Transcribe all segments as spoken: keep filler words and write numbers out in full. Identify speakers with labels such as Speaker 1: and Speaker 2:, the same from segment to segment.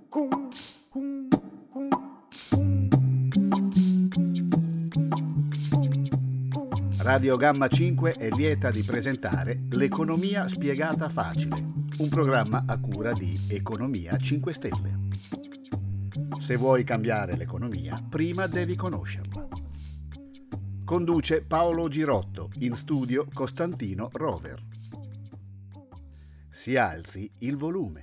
Speaker 1: Radio Gamma cinque è lieta di presentare L'Economia spiegata facile, un programma a cura di Economia cinque Stelle. Se vuoi cambiare l'economia, prima devi conoscerla. Conduce Paolo Girotto, in studio Costantino Rover. Si alzi il volume.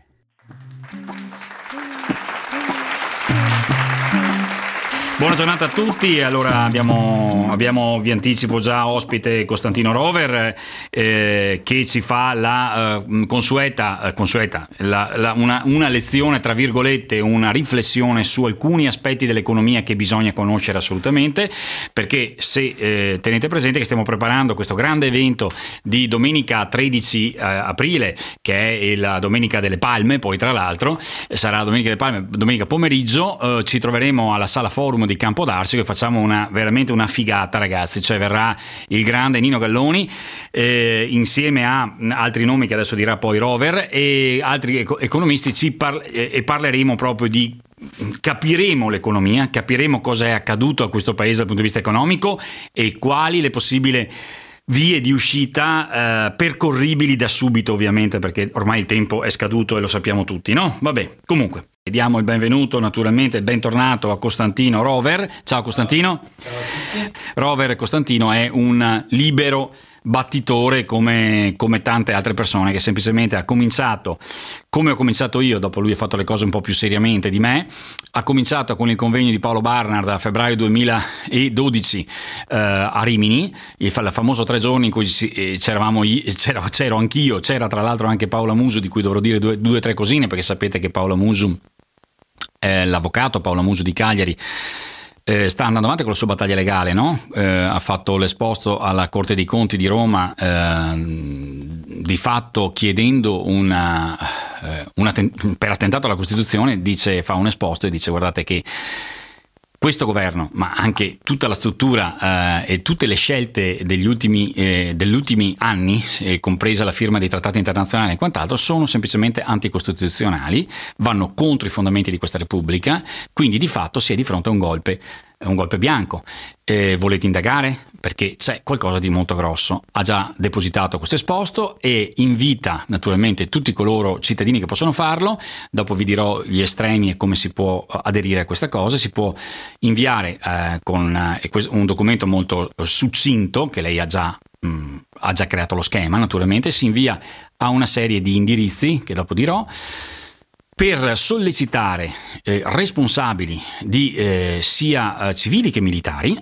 Speaker 2: Buona giornata a tutti. Allora abbiamo, abbiamo vi anticipo già ospite Costantino Rover eh, che ci fa la eh, consueta, eh, consueta la, la, una, una lezione tra virgolette, una riflessione su alcuni aspetti dell'economia che bisogna conoscere assolutamente, perché se eh, tenete presente che stiamo preparando questo grande evento di domenica tredici eh, aprile, che è la Domenica delle Palme, poi tra l'altro sarà Domenica delle Palme, domenica pomeriggio, eh, ci troveremo alla Sala Forum di Campodarsio, che facciamo una veramente una figata, ragazzi. Cioè verrà il grande Nino Galloni eh, insieme a altri nomi che adesso dirà poi Rover e altri eco- economisti ci par- e parleremo proprio di capiremo l'economia, capiremo cosa è accaduto a questo paese dal punto di vista economico e quali le possibili vie di uscita eh, percorribili da subito, ovviamente, perché ormai il tempo è scaduto e lo sappiamo tutti, no? Vabbè, comunque diamo il benvenuto, naturalmente il bentornato a Costantino Rover. Ciao Costantino.
Speaker 3: Ciao a tutti.
Speaker 2: Rover Costantino è un libero battitore come, come tante altre persone, che semplicemente ha cominciato come ho cominciato io, dopo lui ha fatto le cose un po' più seriamente di me. Ha cominciato con il convegno di Paolo Barnard a febbraio duemiladodici eh, a Rimini, il famoso tre giorni in cui ci, c'eravamo, c'era, c'ero anch'io, c'era tra l'altro anche Paola Musu, di cui dovrò dire due o tre cosine, perché sapete che Paola Musu, eh, l'avvocato Paola Musu di Cagliari, Eh, sta andando avanti con la sua battaglia legale, no? Eh, ha fatto l'esposto alla Corte dei Conti di Roma, eh, di fatto chiedendo una, eh, una ten- per attentato alla Costituzione. Dice, fa un esposto e dice: guardate che questo governo, ma anche tutta la struttura eh, e tutte le scelte degli ultimi, eh, degli ultimi anni, eh, compresa la firma dei trattati internazionali e quant'altro, sono semplicemente anticostituzionali, vanno contro i fondamenti di questa Repubblica, quindi di fatto si è di fronte a un golpe, un golpe bianco. Eh, volete indagare? Perché c'è qualcosa di molto grosso. Ha già depositato questo esposto e invita naturalmente tutti coloro cittadini che possono farlo. Dopo vi dirò gli estremi e come si può aderire a questa cosa. Si può inviare eh, con eh, un documento molto succinto, che lei ha già, mh, ha già creato lo schema, naturalmente. Si invia a una serie di indirizzi che dopo dirò, per sollecitare eh, responsabili di eh, sia eh, civili che militari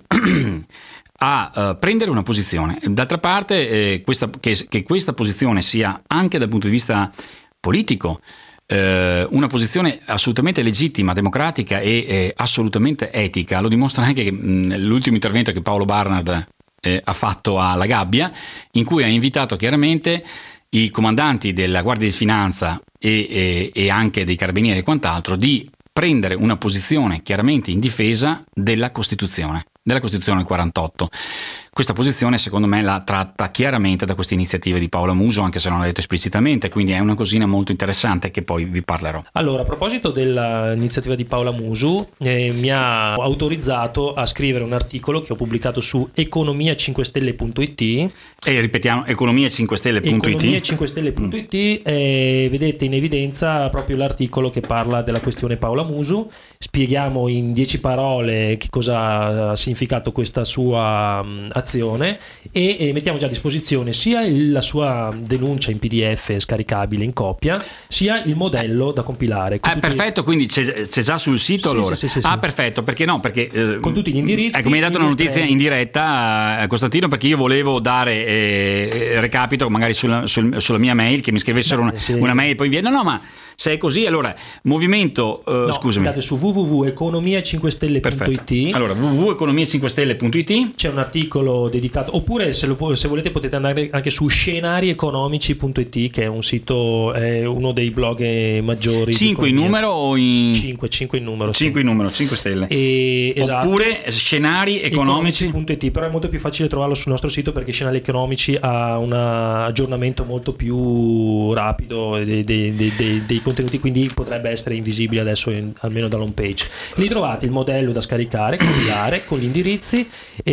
Speaker 2: a uh, prendere una posizione. D'altra parte eh, questa, che, che questa posizione sia anche dal punto di vista politico eh, una posizione assolutamente legittima, democratica e eh, assolutamente etica, lo dimostra anche mh, l'ultimo intervento che Paolo Barnard eh, ha fatto alla Gabbia, in cui ha invitato chiaramente i comandanti della Guardia di Finanza e, e, e anche dei Carabinieri e quant'altro di prendere una posizione chiaramente in difesa della Costituzione, della Costituzione quarantotto. Questa posizione secondo me la tratta chiaramente da queste iniziative di Paola Muso, anche se non l'ha detto esplicitamente, quindi è una cosina molto interessante che poi vi parlerò.
Speaker 3: Allora, a proposito dell'iniziativa di Paola Musu, eh, mi ha autorizzato a scrivere un articolo che ho pubblicato su economia cinque stelle punto it.
Speaker 2: E ripetiamo, economia cinque stelle punto it.
Speaker 3: economia cinque stelle punto it, e vedete in evidenza proprio l'articolo che parla della questione Paola Musu. Spieghiamo in dieci parole che cosa ha significato questa sua um, azione e, e mettiamo già a disposizione sia il, la sua denuncia in P D F scaricabile in copia, sia il modello da compilare.
Speaker 2: Ah, perfetto, i... quindi c'è, c'è già sul sito, sì, allora.
Speaker 3: Sì, sì, sì,
Speaker 2: ah,
Speaker 3: sì.
Speaker 2: perfetto, perché no? Perché eh,
Speaker 3: con tutti gli indirizzi.
Speaker 2: Ecco, mi hai dato una notizia estremi. in diretta a Costantino, perché io volevo dare eh, recapito magari sulla, sul, sulla mia mail, che mi scrivessero una,
Speaker 3: sì.
Speaker 2: una mail e poi via. No, no, ma se è così, allora movimento uh,
Speaker 3: no,
Speaker 2: scusami,
Speaker 3: andate su w w w punto economia cinque stelle punto it.
Speaker 2: Allora w w w punto economia cinque stelle punto it,
Speaker 3: c'è un articolo dedicato, oppure se, lo, se volete potete andare anche su scenari economici punto it, che è un sito, è uno dei blog maggiori.
Speaker 2: cinque in numero o in
Speaker 3: cinque, cinque in numero
Speaker 2: cinque
Speaker 3: sì.
Speaker 2: in numero, cinque stelle
Speaker 3: e, esatto.
Speaker 2: Oppure scenari economici
Speaker 3: punto it, però è molto più facile trovarlo sul nostro sito, perché Scenari Economici ha un aggiornamento molto più rapido dei, dei, dei, dei, dei contenuti contenuti, quindi potrebbe essere invisibile adesso in, almeno dall'home page. Lì trovate il modello da scaricare, compilare con gli indirizzi,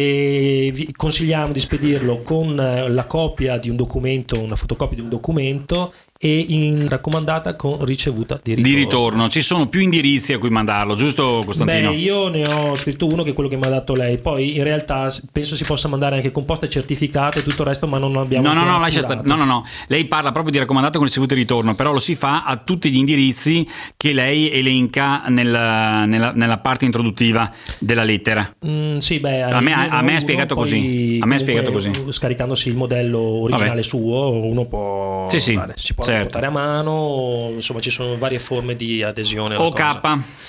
Speaker 3: e vi consigliamo di spedirlo con la copia di un documento, una fotocopia di un documento, e in raccomandata con ricevuta di ritorno.
Speaker 2: Di ritorno. Ci sono più indirizzi a cui mandarlo, giusto Costantino?
Speaker 3: Beh, io ne ho scritto uno che è quello che mi ha dato lei, poi in realtà penso si possa mandare anche con posta certificata e tutto il resto, ma non abbiamo
Speaker 2: no no no, lascia
Speaker 3: stare.
Speaker 2: no no no lei parla proprio di raccomandato con ricevuta di ritorno, però lo si fa a tutti gli indirizzi che lei elenca nel, nella, nella parte introduttiva della lettera.
Speaker 3: Mm, sì, beh,
Speaker 2: a me, a me è spiegato così a me è spiegato così
Speaker 3: scaricandosi il modello originale. Vabbè. Suo uno può
Speaker 2: sì, sì,
Speaker 3: fare, si può
Speaker 2: certo.
Speaker 3: portare a mano, insomma ci sono varie forme di adesione alla
Speaker 2: O K.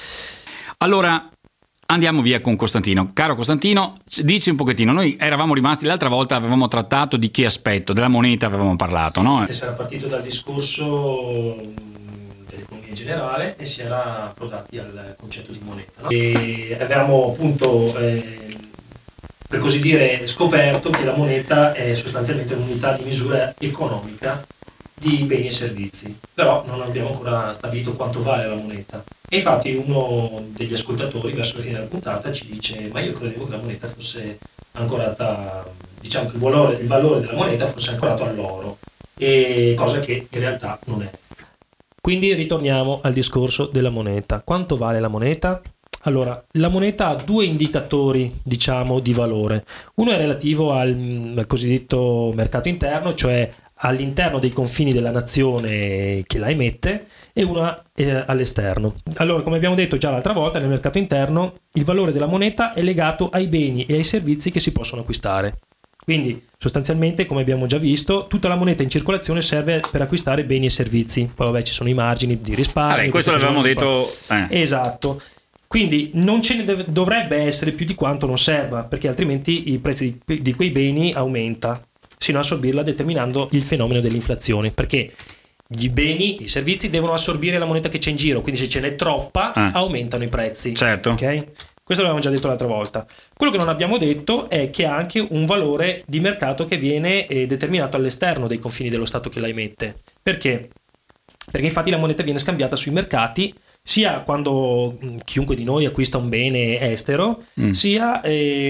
Speaker 2: Allora andiamo via con Costantino. Caro Costantino, dici un pochettino, noi eravamo rimasti l'altra volta, avevamo trattato di che aspetto? Della moneta avevamo parlato, no?
Speaker 3: Che si era partito dal discorso dell'economia in generale e si era approdati al concetto di moneta, no? E avevamo appunto eh, per così dire scoperto che la moneta è sostanzialmente un'unità di misura economica di beni e servizi, però non abbiamo ancora stabilito quanto vale la moneta. E infatti uno degli ascoltatori verso la fine della puntata ci dice: ma io credevo che la moneta fosse ancorata, diciamo che il valore, il valore della moneta fosse ancorato all'oro, e cosa che in realtà non è. Quindi ritorniamo al discorso della moneta. Quanto vale la moneta? Allora, la moneta ha due indicatori, diciamo, di valore. Uno è relativo al, al cosiddetto mercato interno, cioè all'interno dei confini della nazione che la emette, e una eh, all'esterno. Allora, come abbiamo detto già l'altra volta, nel mercato interno il valore della moneta è legato ai beni e ai servizi che si possono acquistare. Quindi sostanzialmente, come abbiamo già visto, tutta la moneta in circolazione serve per acquistare beni e servizi. Poi vabbè, ci sono i margini di risparmio.
Speaker 2: Vabbè, questo l'avevamo detto.
Speaker 3: Eh. Esatto. Quindi non ce ne dov- dovrebbe essere più di quanto non serva, perché altrimenti i prezzi di, di quei beni aumenta, sino a assorbirla, determinando il fenomeno dell'inflazione, perché gli beni, i servizi devono assorbire la moneta che c'è in giro, quindi se ce n'è troppa eh. aumentano i prezzi.
Speaker 2: Certo.
Speaker 3: Okay? Questo l'avevamo già detto l'altra volta. Quello che non abbiamo detto è che ha anche un valore di mercato che viene eh, determinato all'esterno dei confini dello Stato che la emette. Perché? Perché infatti la moneta viene scambiata sui mercati, sia quando mh, chiunque di noi acquista un bene estero, mm. sia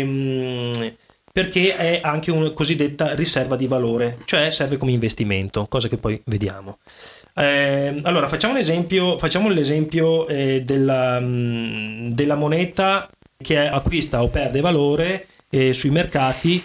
Speaker 3: ehm, perché è anche una cosiddetta riserva di valore, cioè serve come investimento, cosa che poi vediamo. Eh, allora facciamo un esempio, facciamo l'esempio eh, della, mh, della moneta che acquista o perde valore eh, sui mercati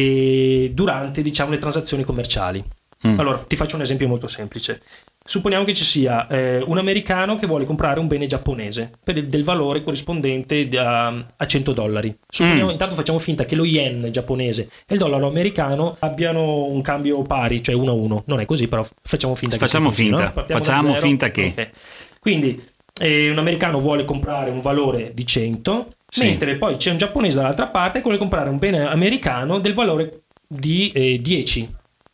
Speaker 3: eh, durante, diciamo, le transazioni commerciali. Mm. Allora ti faccio un esempio molto semplice. Supponiamo che ci sia eh, un americano che vuole comprare un bene giapponese per del valore corrispondente a, a cento dollari. Supponiamo, mm. intanto facciamo finta che lo yen giapponese e il dollaro americano abbiano un cambio pari, cioè uno a uno. Non è così, però facciamo finta
Speaker 2: facciamo
Speaker 3: che
Speaker 2: finta,
Speaker 3: così, no?
Speaker 2: facciamo finta che.
Speaker 3: Okay. Quindi eh, un americano vuole comprare un valore di cento, sì. mentre poi c'è un giapponese dall'altra parte che vuole comprare un bene americano del valore di eh, dieci.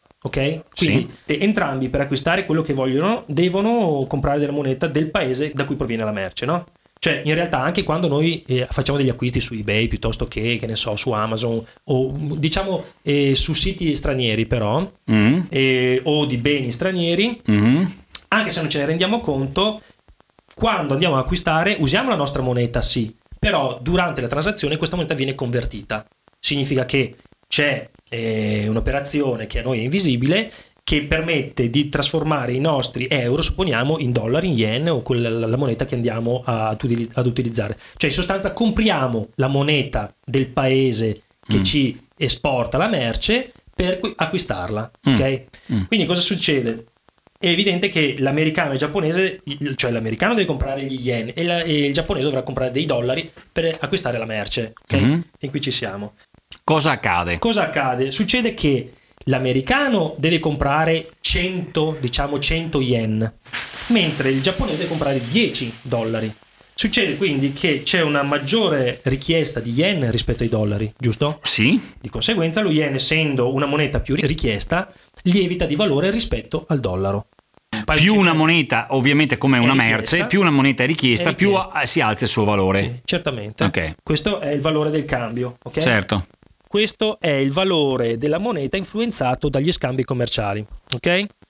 Speaker 3: Ok? Quindi sì. entrambi, per acquistare quello che vogliono, devono comprare della moneta del paese da cui proviene la merce, no? Cioè in realtà anche quando noi eh, facciamo degli acquisti su eBay piuttosto che, che ne so, su Amazon o diciamo eh, su siti stranieri però mm. eh, o di beni stranieri, mm. anche se non ce ne rendiamo conto, quando andiamo a acquistare usiamo la nostra moneta, sì, però durante la transazione questa moneta viene convertita. Significa che c'è eh, un'operazione che a noi è invisibile, che permette di trasformare i nostri euro, supponiamo, in dollari, in yen o quella, la moneta che andiamo ad, ad utilizzare. Cioè in sostanza compriamo la moneta del paese che mm. ci esporta la merce per acquistarla. Mm. Ok? Mm. Quindi cosa succede? È evidente che l'americano e il giapponese, cioè l'americano deve comprare gli yen e, la, e il giapponese dovrà comprare dei dollari per acquistare la merce. Ok? Mm. E qui ci siamo.
Speaker 2: Cosa accade?
Speaker 3: Cosa accade? Succede che l'americano deve comprare cento, diciamo cento yen, mentre il giapponese deve comprare dieci dollari. Succede quindi che c'è una maggiore richiesta di yen rispetto ai dollari, giusto?
Speaker 2: Sì.
Speaker 3: Di conseguenza lo yen, essendo una moneta più richiesta, lievita di valore rispetto al dollaro.
Speaker 2: Poi più una moneta, ovviamente come una merce, più una moneta è richiesta, è richiesta, più si alza il suo valore.
Speaker 3: Sì, certamente.
Speaker 2: Okay.
Speaker 3: Questo è il valore del cambio, ok?
Speaker 2: Certo.
Speaker 3: Questo è il valore della moneta influenzato dagli scambi commerciali, ok?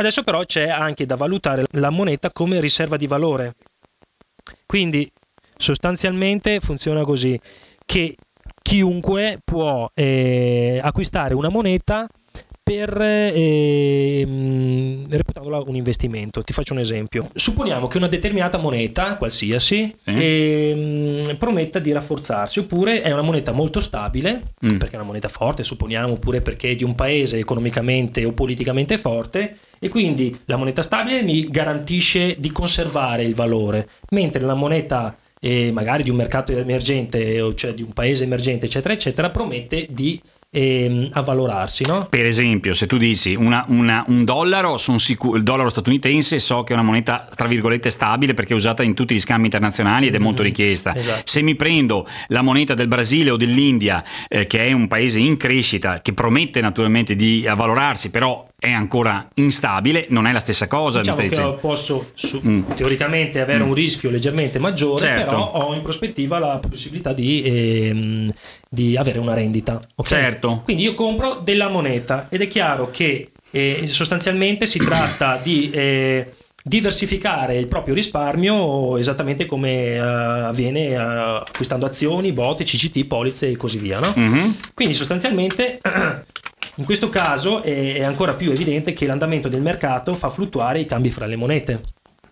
Speaker 3: Adesso però c'è anche da valutare la moneta come riserva di valore. Quindi sostanzialmente funziona così, che chiunque può eh, acquistare una moneta per eh, reputandola un investimento. Ti faccio un esempio. Supponiamo che una determinata moneta, qualsiasi, sì. eh, prometta di rafforzarsi, oppure è una moneta molto stabile, mm. perché è una moneta forte, supponiamo, oppure perché è di un paese economicamente o politicamente forte, e quindi la moneta stabile mi garantisce di conservare il valore, mentre la moneta eh, magari di un mercato emergente, o cioè di un paese emergente, eccetera, eccetera, promette di E, avvalorarsi, no?
Speaker 2: Per esempio, se tu dici una, una, un dollaro, sono sicuro, il dollaro statunitense so che è una moneta tra virgolette stabile perché è usata in tutti gli scambi internazionali ed è molto richiesta. Esatto. Se mi prendo la moneta del Brasile o dell'India, eh, che è un paese in crescita, che promette naturalmente di avvalorarsi, però è ancora instabile, non è la stessa cosa.
Speaker 3: Diciamo
Speaker 2: mi stai
Speaker 3: che posso su, mm. teoricamente avere mm. un rischio leggermente maggiore,
Speaker 2: certo.
Speaker 3: però ho in prospettiva la possibilità di, ehm, di avere una rendita. Okay?
Speaker 2: Certo.
Speaker 3: Quindi io compro della moneta ed è chiaro che eh, sostanzialmente si tratta di eh, diversificare il proprio risparmio, esattamente come uh, avviene uh, acquistando azioni, botte, C C T, polizze e così via, no? Mm-hmm. Quindi sostanzialmente in questo caso è ancora più evidente che l'andamento del mercato fa fluttuare i cambi fra le monete.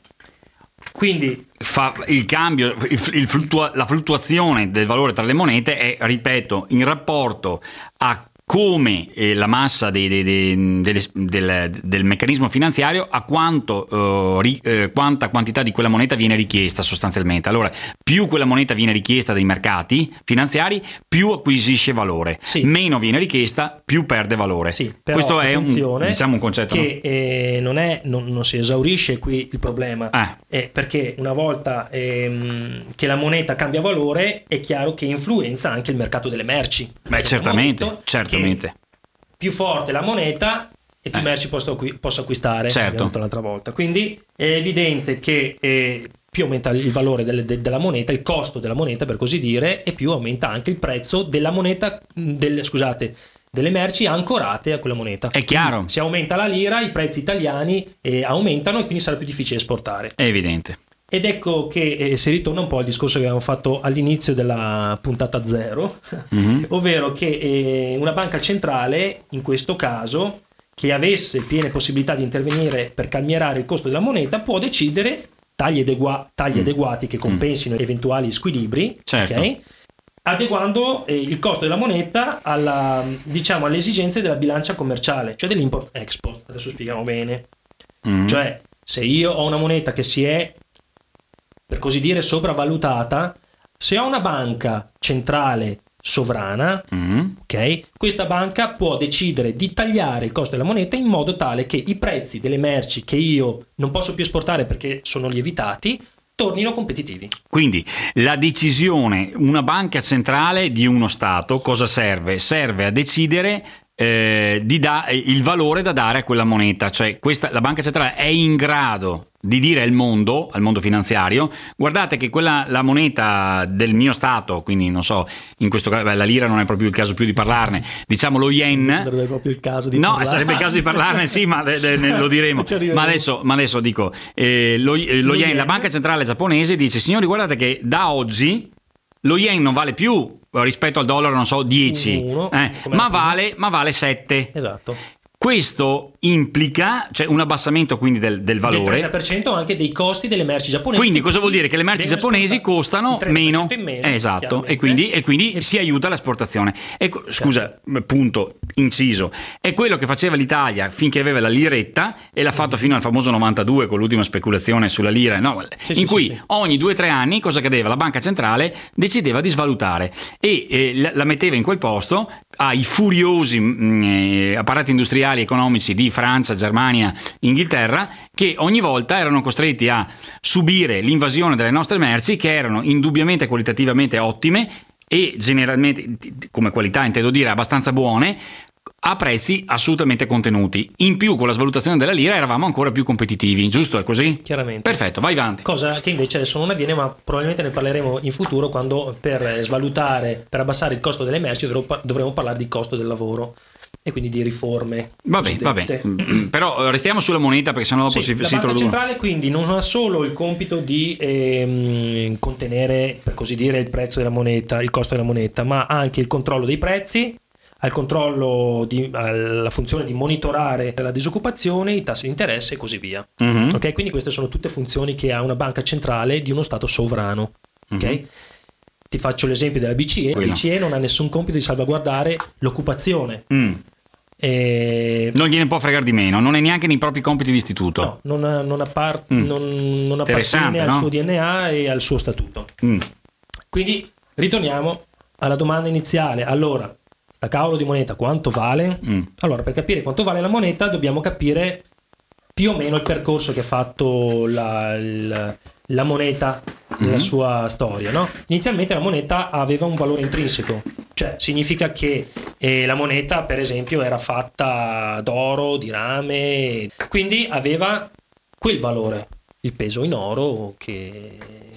Speaker 3: Quindi
Speaker 2: fa il cambio, il, il fluttua, la fluttuazione del valore tra le monete è, ripeto, in rapporto a come eh, la massa dei, dei, dei, dei, del, del meccanismo finanziario a quanto uh, ri, eh, quanta quantità di quella moneta viene richiesta sostanzialmente. Allora, più quella moneta viene richiesta dai mercati finanziari, più acquisisce valore. Sì. Meno viene richiesta, più perde valore.
Speaker 3: Sì, però
Speaker 2: questo è un, diciamo, un concetto
Speaker 3: che no? eh, non, è, non, non si esaurisce qui il problema,
Speaker 2: eh.
Speaker 3: eh, perché una volta ehm, che la moneta cambia valore è chiaro che influenza anche il mercato delle merci.
Speaker 2: Beh, certamente, certamente.
Speaker 3: Più forte la moneta e più eh. merci posso, posso acquistare,
Speaker 2: certo.
Speaker 3: abbiamo detto l'altra volta. Quindi è evidente che eh, più aumenta il valore delle, de, della moneta, il costo della moneta per così dire, e più aumenta anche il prezzo della moneta, delle, scusate, delle merci ancorate a quella moneta.
Speaker 2: È chiaro.
Speaker 3: Quindi, se aumenta la lira, i prezzi italiani eh, aumentano e quindi sarà più difficile esportare.
Speaker 2: È evidente.
Speaker 3: Ed ecco che eh, si ritorna un po' al discorso che avevamo fatto all'inizio della puntata zero, mm-hmm. ovvero che eh, una banca centrale, in questo caso, che avesse piene possibilità di intervenire per calmierare il costo della moneta, può decidere tagli, adegua- tagli mm. adeguati che compensino mm. eventuali squilibri,
Speaker 2: certo.
Speaker 3: okay? adeguando eh, il costo della moneta alla, diciamo, alle esigenze della bilancia commerciale, cioè dell'import-export. Adesso spieghiamo bene. Mm. Cioè, se io ho una moneta che si è, per così dire, sopravvalutata, se ho una banca centrale sovrana, mm. ok, questa banca può decidere di tagliare il costo della moneta in modo tale che i prezzi delle merci che io non posso più esportare perché sono lievitati tornino competitivi.
Speaker 2: Quindi la decisione, una banca centrale di uno Stato cosa serve? Serve a decidere eh, di da, il valore da dare a quella moneta, cioè questa, la banca centrale è in grado di dire al mondo, al mondo finanziario, guardate che quella, la moneta del mio Stato, quindi non so, in questo caso beh, la lira non è proprio il caso più di parlarne, diciamo lo yen,
Speaker 3: sarebbe proprio il caso di
Speaker 2: no
Speaker 3: parlarne.
Speaker 2: sarebbe il caso di parlarne sì, ma de, de, ne, lo diremo ma adesso, ma adesso dico eh, lo, eh, lo, lo yen, yen, la banca centrale giapponese dice signori guardate che da oggi lo yen non vale più rispetto al dollaro, non so, dieci,
Speaker 3: uno,
Speaker 2: eh, ma vale, ma vale sette.
Speaker 3: Esatto.
Speaker 2: Questo implica, cioè un abbassamento quindi del, del valore
Speaker 3: del trenta per cento anche dei costi delle merci giapponesi.
Speaker 2: Quindi cosa vuol dire? Che le merci giapponesi costano meno,
Speaker 3: in meno
Speaker 2: esatto, e quindi, e quindi e si aiuta l'esportazione. Ecco, scusa, punto, inciso, è quello che faceva l'Italia finché aveva la liretta e l'ha fatto fino al famoso novantadue con l'ultima speculazione sulla lira, no?
Speaker 3: sì,
Speaker 2: in
Speaker 3: sì,
Speaker 2: cui
Speaker 3: sì, sì.
Speaker 2: ogni due o tre anni cosa accadeva? La banca centrale decideva di svalutare e eh, la, la metteva in quel posto ai furiosi mh, eh, apparati industriali economici di Francia, Germania, Inghilterra, che ogni volta erano costretti a subire l'invasione delle nostre merci che erano indubbiamente qualitativamente ottime e generalmente come qualità intendo dire abbastanza buone a prezzi assolutamente contenuti. In più con la svalutazione della lira eravamo ancora più competitivi, giusto? È così?
Speaker 3: Chiaramente.
Speaker 2: Perfetto, vai avanti.
Speaker 3: Cosa che invece adesso non avviene, ma probabilmente ne parleremo in futuro quando per svalutare, per abbassare il costo delle merci dovremo parlare di costo del lavoro. e quindi di riforme.
Speaker 2: Vabbè, vabbè. Però restiamo sulla moneta perché sennò dopo
Speaker 3: sì,
Speaker 2: si,
Speaker 3: la
Speaker 2: si
Speaker 3: banca
Speaker 2: introducono.
Speaker 3: centrale quindi non ha solo il compito di ehm, contenere, per così dire, il prezzo della moneta, il costo della moneta, ma anche il controllo dei prezzi, al controllo di, alla funzione di monitorare la disoccupazione, i tassi di interesse e così via.
Speaker 2: Mm-hmm.
Speaker 3: Ok, quindi queste sono tutte funzioni che ha una banca centrale di uno stato sovrano. Ok. Mm-hmm. Ti faccio l'esempio della B C E. La B C E non ha nessun compito di salvaguardare l'occupazione.
Speaker 2: Mm.
Speaker 3: E...
Speaker 2: non gliene può fregare di meno, non è neanche nei propri compiti di istituto.
Speaker 3: No, non, ha, non, appar-
Speaker 2: mm.
Speaker 3: non, non appartiene al
Speaker 2: no?
Speaker 3: suo D N A e al suo statuto.
Speaker 2: Mm.
Speaker 3: Quindi ritorniamo alla domanda iniziale. Allora, sta cavolo di moneta quanto vale?
Speaker 2: Mm.
Speaker 3: Allora, per capire quanto vale la moneta dobbiamo capire più o meno il percorso che ha fatto la, la, la moneta nella mm. sua storia, no? Inizialmente la moneta aveva un valore intrinseco, cioè significa che eh, la moneta per esempio era fatta d'oro, di rame, quindi aveva quel valore, il peso in oro che,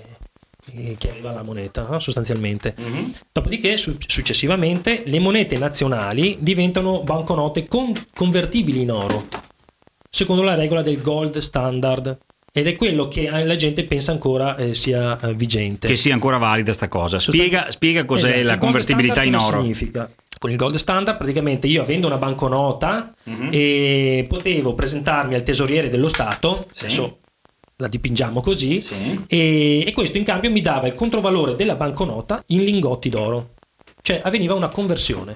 Speaker 3: che aveva la moneta, no? Sostanzialmente. Mm-hmm. Dopodiché su- successivamente le monete nazionali diventano banconote con- convertibili in oro, secondo la regola del gold standard, ed è quello che la gente pensa ancora eh, sia eh, vigente,
Speaker 2: che sia ancora valida sta cosa. Spiega, spiega cos'è
Speaker 3: esatto.
Speaker 2: la convertibilità in oro.
Speaker 3: Significa? Con il gold standard praticamente io avendo una banconota mm-hmm. e potevo presentarmi al tesoriere dello Stato, sì. Adesso la dipingiamo così, sì. e, e questo in cambio mi dava il controvalore della banconota in lingotti d'oro, cioè avveniva una conversione.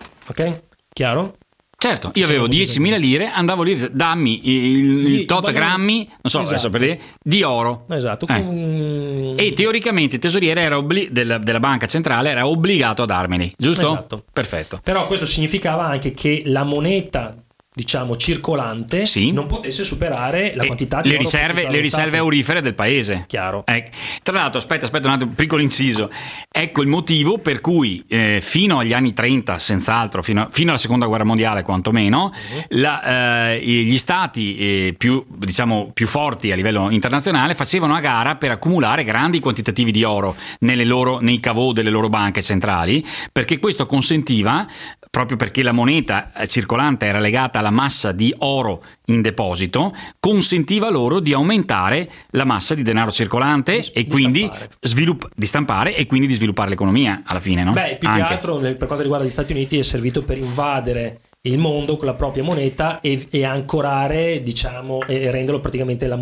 Speaker 3: Ok? Chiaro?
Speaker 2: Certo, io avevo diecimila lire, andavo lì, dammi il, il tot valore, grammi, non so,
Speaker 3: esatto.
Speaker 2: adesso per dire, di oro.
Speaker 3: Esatto.
Speaker 2: Eh.
Speaker 3: Con...
Speaker 2: E teoricamente il tesoriere era obbli- della, della banca centrale era obbligato a darmeli, giusto?
Speaker 3: Esatto.
Speaker 2: Perfetto.
Speaker 3: Però questo significava anche che la moneta, diciamo, circolante, sì. non potesse superare la quantità di
Speaker 2: le
Speaker 3: oro
Speaker 2: riserve, le riserve aurifere del paese.
Speaker 3: Chiaro.
Speaker 2: Eh, tra l'altro, aspetta, aspetta un attimo, piccolo inciso. Ecco il motivo per cui eh, fino agli anni trenta, senz'altro, fino, a, fino alla seconda guerra mondiale quantomeno, uh-huh. la, eh, gli stati eh, più, diciamo, più forti a livello internazionale facevano a gara per accumulare grandi quantitativi di oro nelle loro, nei caveau delle loro banche centrali, perché questo consentiva, proprio perché la moneta circolante era legata alla massa di oro in deposito, consentiva loro di aumentare la massa di denaro circolante di, e di quindi
Speaker 3: stampare.
Speaker 2: Svilupp- di stampare e quindi di sviluppare l'economia alla fine, no?
Speaker 3: Beh, più
Speaker 2: Anche.
Speaker 3: che altro per quanto riguarda gli Stati Uniti è servito per invadere il mondo con la propria moneta e, e ancorare, diciamo, e renderlo praticamente la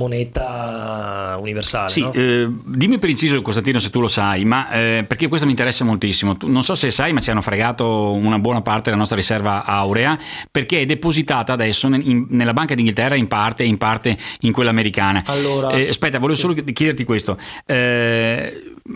Speaker 3: moneta universale.
Speaker 2: Sì,
Speaker 3: no?
Speaker 2: eh, dimmi per inciso, Costantino, se tu lo sai, ma eh, perché questo mi interessa moltissimo. Tu, non so se sai, ma ci hanno fregato una buona parte della nostra riserva aurea, perché è depositata adesso in, nella Banca d'Inghilterra in parte e in parte in quella americana.
Speaker 3: Allora,
Speaker 2: eh, aspetta, volevo
Speaker 3: sì.
Speaker 2: solo chiederti questo. Eh,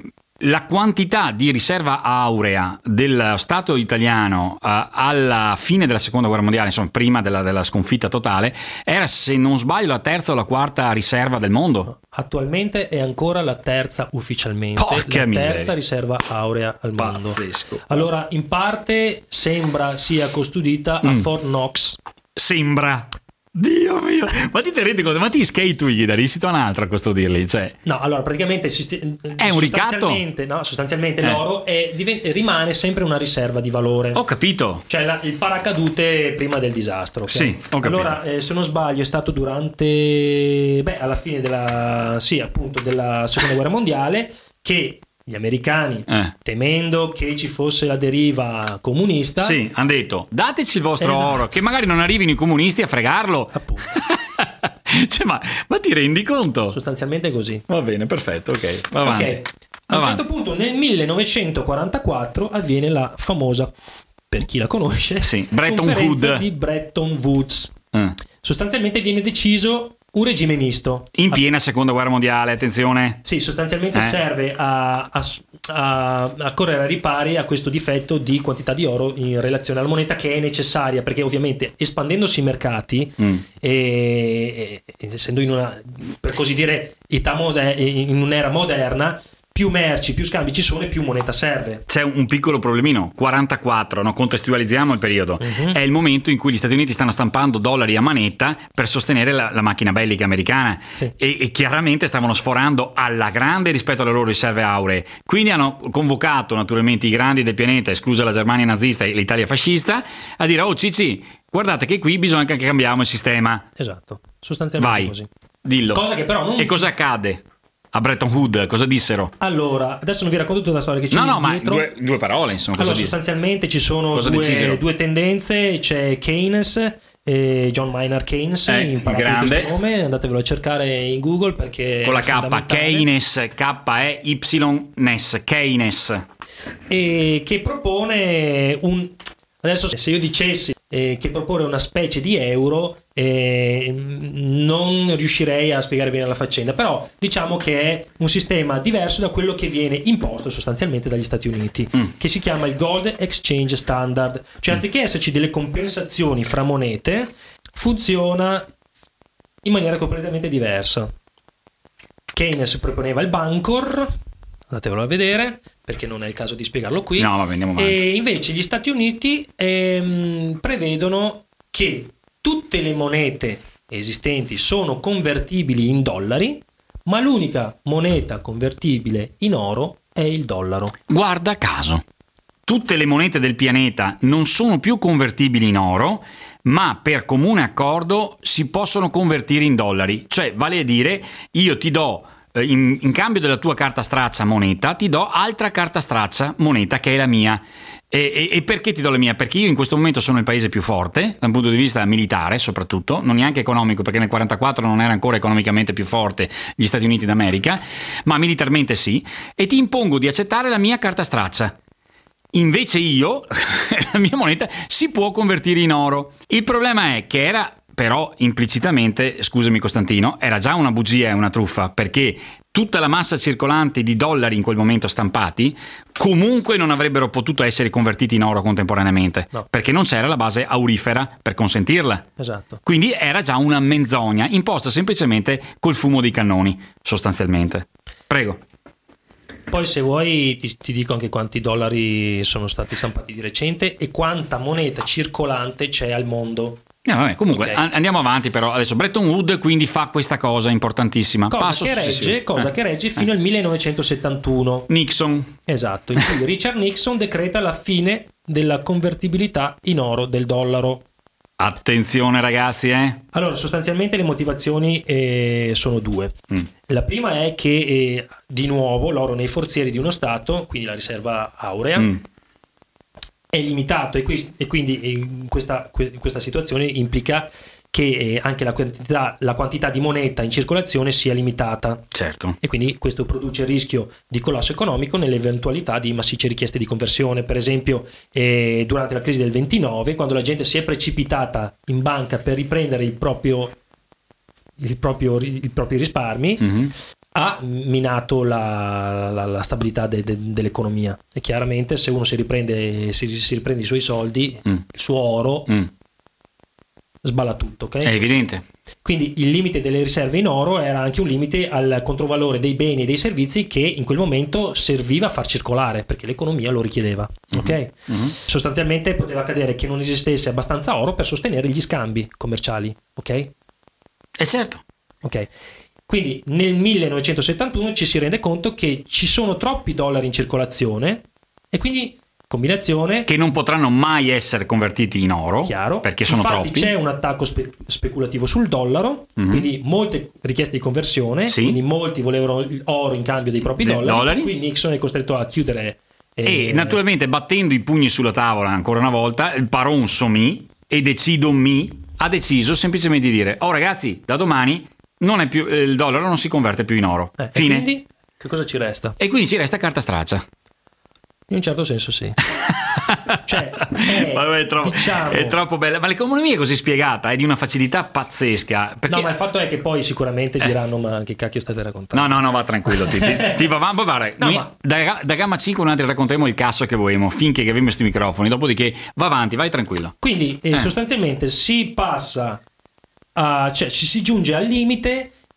Speaker 2: La quantità di riserva aurea dello Stato italiano uh, alla fine della seconda guerra mondiale, insomma prima della, della sconfitta totale, era, se non sbaglio, la terza o la quarta riserva del mondo.
Speaker 3: Attualmente è ancora la terza ufficialmente.
Speaker 2: Porca
Speaker 3: la
Speaker 2: miseria.
Speaker 3: terza riserva aurea al mondo.
Speaker 2: Pazzesco.
Speaker 3: Allora, in parte sembra sia custodita a
Speaker 2: mm.
Speaker 3: Fort Knox.
Speaker 2: Sembra. Dio mio, ma ti rendi conto? Ma ti skate da risito a un'altra a questo dirli, cioè.
Speaker 3: No, allora praticamente
Speaker 2: è un ricatto?
Speaker 3: Sostanzialmente, no, sostanzialmente
Speaker 2: eh.
Speaker 3: l'oro è, diventa, rimane sempre una riserva di valore.
Speaker 2: Ho capito.
Speaker 3: Cioè la, il paracadute prima del disastro. Okay?
Speaker 2: Sì, ho capito.
Speaker 3: Allora, eh, se non sbaglio, è stato durante, beh, alla fine della, sì, appunto, della seconda guerra mondiale che gli americani, eh. temendo che ci fosse la deriva comunista,
Speaker 2: sì, hanno detto dateci il vostro
Speaker 3: esatto.
Speaker 2: oro, che magari non arrivino i comunisti a fregarlo.
Speaker 3: Appunto.
Speaker 2: Cioè, ma, ma ti rendi conto?
Speaker 3: Sostanzialmente è così.
Speaker 2: Va bene, perfetto, ok. Va avanti.
Speaker 3: Okay. A un certo punto nel millenovecentoquarantaquattro avviene la famosa, per chi la conosce,
Speaker 2: sì, Bretton
Speaker 3: conferenza
Speaker 2: Woods.
Speaker 3: di Bretton Woods.
Speaker 2: Eh.
Speaker 3: Sostanzialmente viene deciso un regime misto.
Speaker 2: In piena a... seconda guerra mondiale, attenzione.
Speaker 3: Sì, sostanzialmente
Speaker 2: eh.
Speaker 3: serve a, a, a, a correre a ripari a questo difetto di quantità di oro in relazione alla moneta, che è necessaria, perché ovviamente espandendosi i mercati mm. e, e essendo in una, per così dire, età moder- in un'era moderna, più merci, più scambi ci sono e più moneta serve.
Speaker 2: C'è un piccolo problemino, quarantaquattro, no? Contestualizziamo il periodo, uh-huh. È il momento in cui gli Stati Uniti stanno stampando dollari a manetta per sostenere la, la macchina bellica americana, sì. e, e chiaramente stavano sforando alla grande rispetto alle loro riserve auree, quindi hanno convocato naturalmente i grandi del pianeta, esclusa la Germania nazista e l'Italia fascista, a dire oh Cicci, guardate che qui bisogna che cambiamo il sistema.
Speaker 3: Esatto, sostanzialmente
Speaker 2: Vai,
Speaker 3: così.
Speaker 2: Dillo.
Speaker 3: Cosa che però non...
Speaker 2: E cosa accade? A Bretton Woods cosa dissero?
Speaker 3: Allora, adesso non vi racconto tutta la storia che c'è
Speaker 2: no, no,
Speaker 3: dietro.
Speaker 2: ma due, due parole insomma.
Speaker 3: Allora,
Speaker 2: cosa
Speaker 3: sostanzialmente ci sono due, due tendenze. C'è Keynes, eh, John Maynard Keynes,
Speaker 2: eh,
Speaker 3: imparate
Speaker 2: grande.
Speaker 3: questo nome, andatevelo a cercare in Google perché
Speaker 2: con la K, Keynes, K E Y N E S, Keynes,
Speaker 3: e che propone un... Adesso se io dicessi eh, che propone una specie di euro, eh, non riuscirei a spiegare bene la faccenda, però diciamo che è un sistema diverso da quello che viene imposto sostanzialmente dagli Stati Uniti, mm. che si chiama il Gold Exchange Standard, cioè anziché esserci delle compensazioni fra monete, funziona in maniera completamente diversa. Keynes proponeva il Bancor, andatevelo a vedere perché non è il caso di spiegarlo qui.
Speaker 2: No, vabbè, andiamo avanti.
Speaker 3: E invece gli Stati Uniti ehm, prevedono che tutte le monete esistenti sono convertibili in dollari, ma l'unica moneta convertibile in oro è il dollaro.
Speaker 2: Guarda caso, tutte le monete del pianeta non sono più convertibili in oro, ma per comune accordo si possono convertire in dollari. Cioè, vale a dire, io ti do In, in cambio della tua carta straccia moneta ti do altra carta straccia moneta che è la mia. E, e, e perché ti do la mia? Perché io in questo momento sono il paese più forte da un punto di vista militare, soprattutto, non neanche economico, perché nel quarantaquattro non era ancora economicamente più forte gli Stati Uniti d'America, ma militarmente sì, e ti impongo di accettare la mia carta straccia. Invece io la mia moneta si può convertire in oro. Il problema è che era però implicitamente, scusami Costantino, era già una bugia e una truffa, perché tutta la massa circolante di dollari in quel momento stampati comunque non avrebbero potuto essere convertiti in oro contemporaneamente, no. Perché non c'era la base aurifera per consentirla.
Speaker 3: Esatto.
Speaker 2: Quindi era già una menzogna imposta semplicemente col fumo dei cannoni, sostanzialmente. Prego.
Speaker 3: Poi se vuoi ti, ti dico anche quanti dollari sono stati stampati di recente e quanta moneta circolante c'è al mondo.
Speaker 2: No, vabbè, comunque okay. Andiamo avanti, però adesso Bretton Woods quindi fa questa cosa importantissima,
Speaker 3: cosa
Speaker 2: passo
Speaker 3: che regge, cosa eh. che regge fino eh. al millenovecentosettantuno.
Speaker 2: Nixon,
Speaker 3: esatto, in cui Richard Nixon decreta la fine della convertibilità in oro del dollaro.
Speaker 2: Attenzione ragazzi, eh?
Speaker 3: Allora, sostanzialmente le motivazioni eh, sono due. Mm. La prima è che eh, di nuovo l'oro nei forzieri di uno stato, quindi la riserva aurea, mm. è limitato e, qui, e quindi in questa, in questa situazione implica che eh, anche la quantità, la quantità di moneta in circolazione sia limitata.
Speaker 2: Certo.
Speaker 3: E quindi questo produce il rischio di collasso economico nell'eventualità di massicce richieste di conversione. Per esempio eh, durante la crisi del ventinove, quando la gente si è precipitata in banca per riprendere il proprio, il proprio, i propri risparmi, mm-hmm. ha minato la, la, la stabilità de, de, dell'economia. E chiaramente se uno si riprende, si, si riprende i suoi soldi, mm. il suo oro, mm. sballa tutto, ok?
Speaker 2: È evidente.
Speaker 3: Quindi il limite delle riserve in oro era anche un limite al controvalore dei beni e dei servizi che in quel momento serviva a far circolare, perché l'economia lo richiedeva, mm-hmm. ok? Mm-hmm. Sostanzialmente poteva accadere che non esistesse abbastanza oro per sostenere gli scambi commerciali, ok?
Speaker 2: E certo.
Speaker 3: Ok. Quindi nel millenovecentosettantuno ci si rende conto che ci sono troppi dollari in circolazione e quindi combinazione
Speaker 2: che non potranno mai essere convertiti in oro,
Speaker 3: chiaro,
Speaker 2: perché sono
Speaker 3: infatti
Speaker 2: troppi.
Speaker 3: C'è un attacco spe- speculativo sul dollaro, mm-hmm. quindi molte richieste di conversione, sì. quindi molti volevano oro in cambio dei propri dollari, dollari. Quindi Nixon è costretto a chiudere
Speaker 2: e, e naturalmente battendo i pugni sulla tavola ancora una volta il paron sommi e decido mi ha deciso semplicemente di dire oh ragazzi, da domani non è più, il dollaro non si converte più in oro.
Speaker 3: Eh,
Speaker 2: Fine.
Speaker 3: E quindi che cosa ci resta?
Speaker 2: E quindi ci resta carta straccia.
Speaker 3: In un certo senso sì. Cioè è,
Speaker 2: Vabbè, è, troppo,
Speaker 3: diciamo...
Speaker 2: è troppo bella. Ma l'economia è così spiegata, è di una facilità pazzesca. Perché...
Speaker 3: No, ma il fatto è che poi sicuramente
Speaker 2: eh.
Speaker 3: diranno ma che cacchio state raccontando?
Speaker 2: No, no, no, va tranquillo. ti, ti, ti va, va, va,
Speaker 3: no,
Speaker 2: Noi,
Speaker 3: ma...
Speaker 2: da, da Gamma cinque noi racconteremo il cazzo che vogliamo finché che abbiamo questi microfoni. Dopodiché va avanti, vai tranquillo.
Speaker 3: Quindi eh. Eh, sostanzialmente si passa a, cioè ci si giunge al limite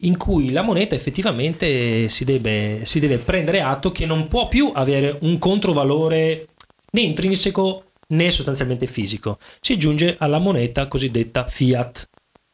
Speaker 3: in cui la moneta effettivamente si deve, si deve prendere atto che non può più avere un controvalore né intrinseco né sostanzialmente fisico. Si giunge alla moneta cosiddetta fiat.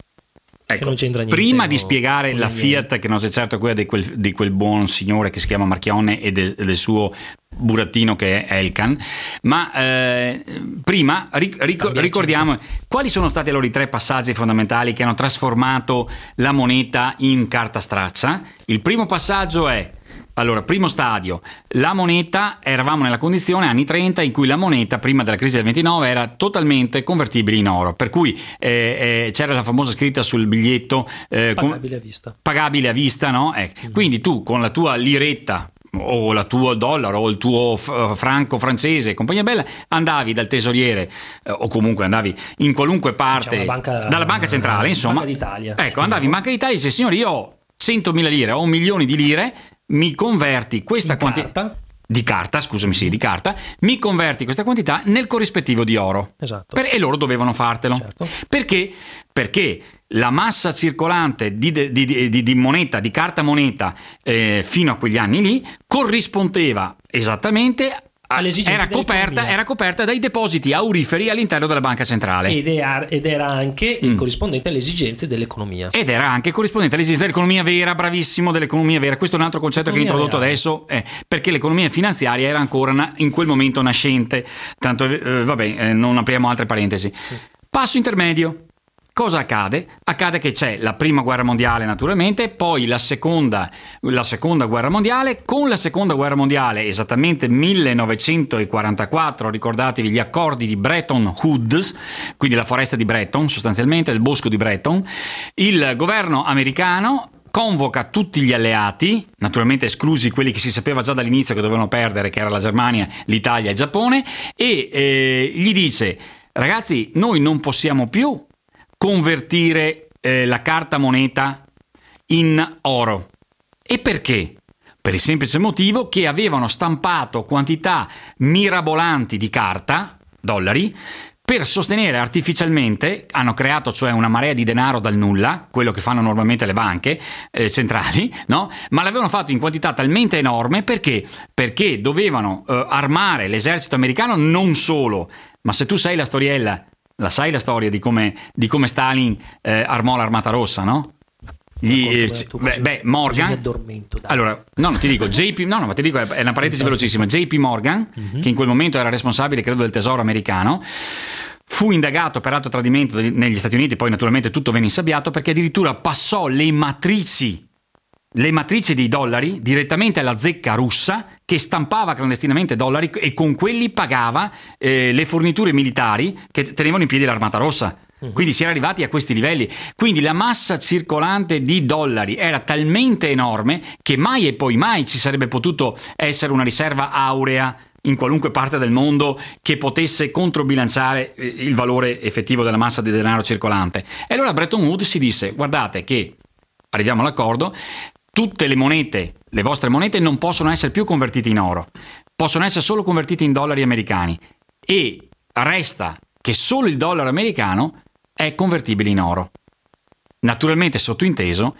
Speaker 2: Ecco,
Speaker 3: non c'entra niente,
Speaker 2: prima
Speaker 3: no,
Speaker 2: di spiegare la Fiat, che non sei certo quella di quel, di quel buon signore che si chiama Marchionne e de, del suo burattino che è Elkan, ma eh, prima ric- ric- ricordiamo quali sono stati allora i tre passaggi fondamentali che hanno trasformato la moneta in carta straccia. Il primo passaggio è: allora, primo stadio, la moneta, eravamo nella condizione anni trenta in cui la moneta prima della crisi del ventinove era totalmente convertibile in oro, per cui eh, eh, c'era la famosa scritta sul biglietto eh,
Speaker 3: pagabile a vista,
Speaker 2: pagabile a vista, no? Eh, mm. Quindi tu con la tua liretta o il tuo dollaro o il tuo f- franco francese, compagnia bella, andavi dal tesoriere eh, o comunque andavi in qualunque parte,
Speaker 3: diciamo, banca,
Speaker 2: dalla banca centrale, insomma,
Speaker 3: Banca d'Italia,
Speaker 2: ecco, andavi in Banca d'Italia e dici: signori, io ho centomila lire, ho un milione di lire, mi converti questa quantità di carta, scusami, sì, di carta, mi converti questa quantità nel corrispettivo di oro.
Speaker 3: Esatto.
Speaker 2: Per, e loro dovevano fartelo.
Speaker 3: Certo.
Speaker 2: Perché? Perché la massa circolante di, di, di, di, di moneta, di carta moneta, eh, fino a quegli anni lì, corrispondeva esattamente Era coperta, era coperta dai depositi auriferi all'interno della banca centrale
Speaker 3: ed era, ed era anche
Speaker 2: mm.
Speaker 3: corrispondente alle esigenze dell'economia
Speaker 2: ed era anche corrispondente alle esigenze dell'economia vera, bravissimo, dell'economia vera. Questo è un altro concetto economia che ho introdotto reale. adesso eh, perché l'economia finanziaria era ancora na- in quel momento nascente, tanto eh, vabbè eh, non apriamo altre parentesi. mm. Passo intermedio. Cosa accade? Accade che c'è la prima guerra mondiale naturalmente, poi la seconda, la seconda guerra mondiale. Con la seconda guerra mondiale, esattamente millenovecentoquarantaquattro, ricordatevi gli accordi di Bretton Woods, quindi la foresta di Bretton, sostanzialmente il bosco di Bretton, il governo americano convoca tutti gli alleati, naturalmente esclusi quelli che si sapeva già dall'inizio che dovevano perdere, che era la Germania, l'Italia e il Giappone, e eh, gli dice: ragazzi, noi non possiamo più convertire eh, la carta moneta in oro. E perché? Per il semplice motivo che avevano stampato quantità mirabolanti di carta, dollari, per sostenere artificialmente, hanno creato cioè una marea di denaro dal nulla, quello che fanno normalmente le banche eh, centrali, no? Ma l'avevano fatto in quantità talmente enorme perché? Perché dovevano eh, armare l'esercito americano non solo, ma se tu sai la storiella, la sai la storia di come, di come Stalin eh, armò l'armata rossa, no? Gli, eh, beh, beh, Morgan. Allora, no, no, ti dico J P, no, no, ma ti dico è una parentesi velocissima. J P Morgan, mm-hmm. che in quel momento era responsabile, credo, del tesoro americano, fu indagato per alto tradimento negli Stati Uniti, poi naturalmente tutto venne insabbiato perché addirittura passò le matrici le matrici dei dollari direttamente alla zecca russa che stampava clandestinamente dollari e con quelli pagava eh, le forniture militari che tenevano in piedi l'armata rossa. Uh-huh. Quindi si era arrivati a questi livelli. Quindi la massa circolante di dollari era talmente enorme che mai e poi mai ci sarebbe potuto essere una riserva aurea in qualunque parte del mondo che potesse controbilanciare il valore effettivo della massa di denaro circolante. E allora a Bretton Woods si disse: guardate che arriviamo all'accordo, tutte le monete, le vostre monete non possono essere più convertite in oro, possono essere solo convertite in dollari americani e resta che solo il dollaro americano è convertibile in oro. Naturalmente sottointeso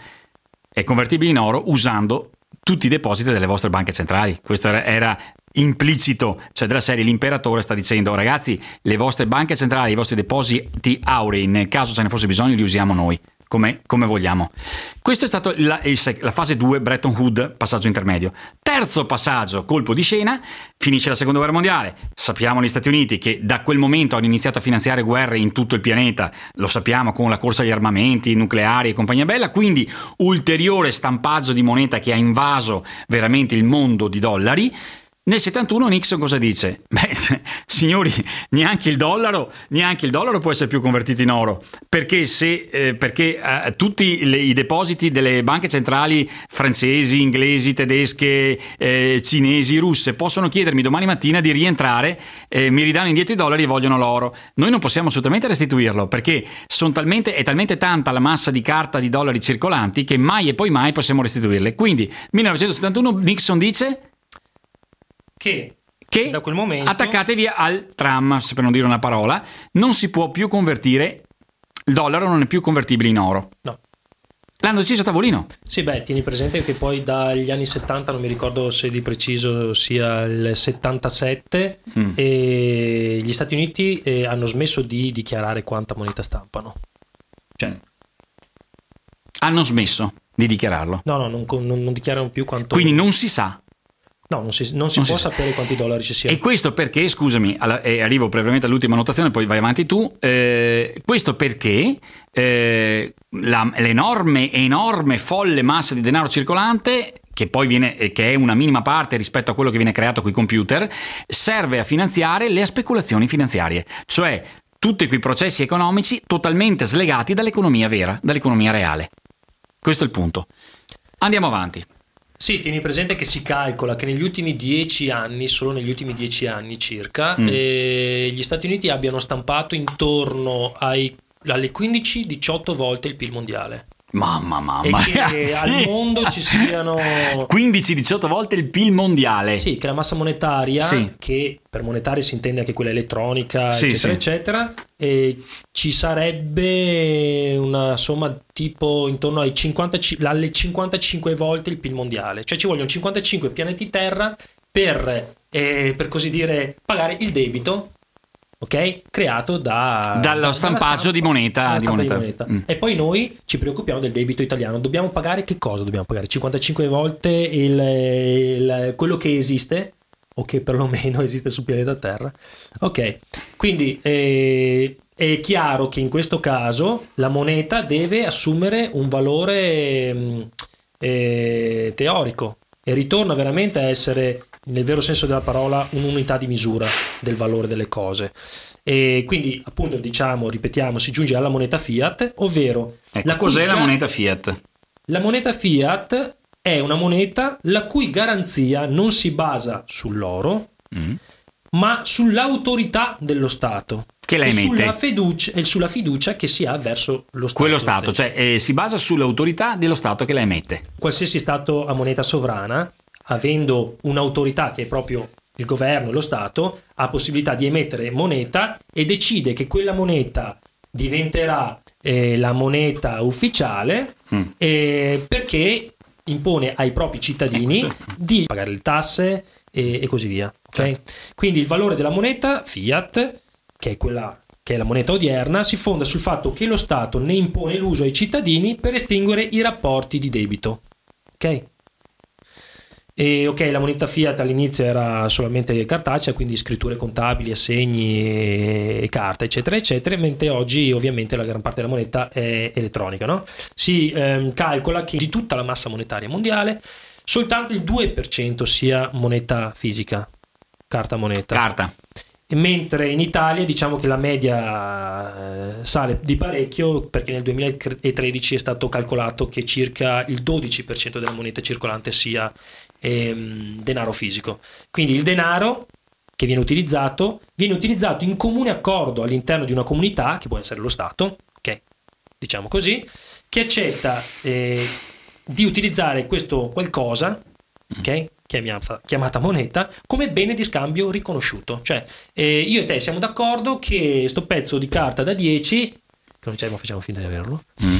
Speaker 2: è convertibile in oro usando tutti i depositi delle vostre banche centrali. Questo era, era implicito, cioè della serie l'imperatore sta dicendo: ragazzi, le vostre banche centrali, i vostri depositi aurei, nel caso ce ne fosse bisogno, li usiamo noi. Come, come vogliamo. Questo è stato la, il, la fase due, Bretton Woods, passaggio intermedio. Terzo passaggio, colpo di scena, finisce la seconda guerra mondiale. Sappiamo gli Stati Uniti che da quel momento hanno iniziato a finanziare guerre in tutto il pianeta, lo sappiamo, con la corsa agli armamenti nucleari e compagnia bella, quindi ulteriore stampaggio di moneta che ha invaso veramente il mondo di dollari. Nel settantuno Nixon cosa dice? Beh, signori, neanche il dollaro, neanche il dollaro può essere più convertito in oro, perché se eh, perché eh, tutti le, i depositi delle banche centrali francesi, inglesi, tedesche, eh, cinesi, russe possono chiedermi domani mattina di rientrare, eh, mi ridanno indietro i dollari e vogliono l'oro. Noi non possiamo assolutamente restituirlo perché sono talmente, è talmente tanta la massa di carta di dollari circolanti che mai e poi mai possiamo restituirle. Quindi millenovecentosettantuno Nixon dice
Speaker 3: Che,
Speaker 2: che
Speaker 3: da quel momento
Speaker 2: attaccatevi al tram, se per non dire una parola, non si può più convertire, il dollaro non è più convertibile in oro.
Speaker 3: No.
Speaker 2: L'hanno deciso a tavolino.
Speaker 3: Sì, beh, tieni presente che poi dagli anni settanta, non mi ricordo se di preciso sia il settantasette, mm. e gli Stati Uniti eh, hanno smesso di dichiarare quanta moneta stampano. Cioè,
Speaker 2: hanno smesso di dichiararlo?
Speaker 3: No, no, non, non, non dichiarano più quanto.
Speaker 2: Quindi non si sa.
Speaker 3: No, non si, non si non può si sapere sa. quanti dollari ci siano.
Speaker 2: E questo perché, scusami, alla, eh, arrivo brevemente all'ultima notazione, poi vai avanti tu. Eh, questo perché eh, la, l'enorme, enorme, folle massa di denaro circolante, che poi viene, che è una minima parte rispetto a quello che viene creato coi computer, serve a finanziare le speculazioni finanziarie, cioè tutti quei processi economici totalmente slegati dall'economia vera, dall'economia reale. Questo è il punto. Andiamo avanti.
Speaker 3: Sì, tieni presente che si calcola che negli ultimi dieci anni, solo negli ultimi dieci anni circa, mm. eh, gli Stati Uniti abbiano stampato intorno ai, alle quindici diciotto volte il P I L mondiale.
Speaker 2: Mamma mamma,
Speaker 3: e che ragazzi. Al mondo ci siano
Speaker 2: quindici diciotto volte il P I L mondiale.
Speaker 3: Sì, che la massa monetaria, sì. che per monetaria si intende anche quella elettronica, sì, eccetera, sì. eccetera, e ci sarebbe una somma tipo intorno ai cinquanta, alle cinquantacinque volte il P I L mondiale. Cioè ci vogliono cinquantacinque pianeti Terra per, eh, per così dire, pagare il debito, ok, creato da
Speaker 2: dallo
Speaker 3: da,
Speaker 2: stampaggio di moneta, di moneta.
Speaker 3: Di moneta. Mm. E poi noi ci preoccupiamo del debito italiano. Dobbiamo pagare che cosa? Dobbiamo pagare cinquantacinque volte il, il, quello che esiste, o che perlomeno esiste sul pianeta Terra. Ok, quindi eh, è chiaro che in questo caso la moneta deve assumere un valore eh, teorico e ritorna veramente a essere, nel vero senso della parola, un'unità di misura del valore delle cose. E quindi appunto diciamo, ripetiamo, si giunge alla moneta fiat, ovvero
Speaker 2: ecco, la cos'è la moneta fiat?
Speaker 3: La moneta fiat è una moneta la cui garanzia non si basa sull'oro, mm. ma sull'autorità dello Stato
Speaker 2: che la
Speaker 3: e
Speaker 2: emette,
Speaker 3: sulla fiducia, e sulla fiducia che si ha verso lo Stato.
Speaker 2: Quello Stato, stesso. Cioè eh, si basa sull'autorità dello Stato che la emette.
Speaker 3: Qualsiasi Stato a moneta sovrana, avendo un'autorità che è proprio il governo e lo Stato, ha possibilità di emettere moneta e decide che quella moneta diventerà eh, la moneta ufficiale mm. eh, perché impone ai propri cittadini di pagare le tasse e, e così via. Okay? Certo. Quindi il valore della moneta fiat, che è quella che è la moneta odierna, si fonda sul fatto che lo Stato ne impone l'uso ai cittadini per estinguere i rapporti di debito. Ok? E ok, la moneta fiat all'inizio era solamente cartacea, quindi scritture contabili, assegni e, e carta, eccetera, eccetera, mentre oggi ovviamente la gran parte della moneta è elettronica, no? Si ehm, calcola che di tutta la massa monetaria mondiale soltanto il due per cento sia moneta fisica, carta moneta.
Speaker 2: Carta.
Speaker 3: Mentre in Italia diciamo che la media sale di parecchio, perché nel duemilatredici è stato calcolato che circa il dodici per cento della moneta circolante sia ehm, denaro fisico. Quindi il denaro che viene utilizzato viene utilizzato in comune accordo all'interno di una comunità, che può essere lo Stato, okay, diciamo così, che accetta eh, di utilizzare questo qualcosa, ok, chiamata, chiamata moneta, come bene di scambio riconosciuto. Cioè eh, io e te siamo d'accordo che sto pezzo di carta da dieci, che non diciamo, facciamo finta di averlo, mm.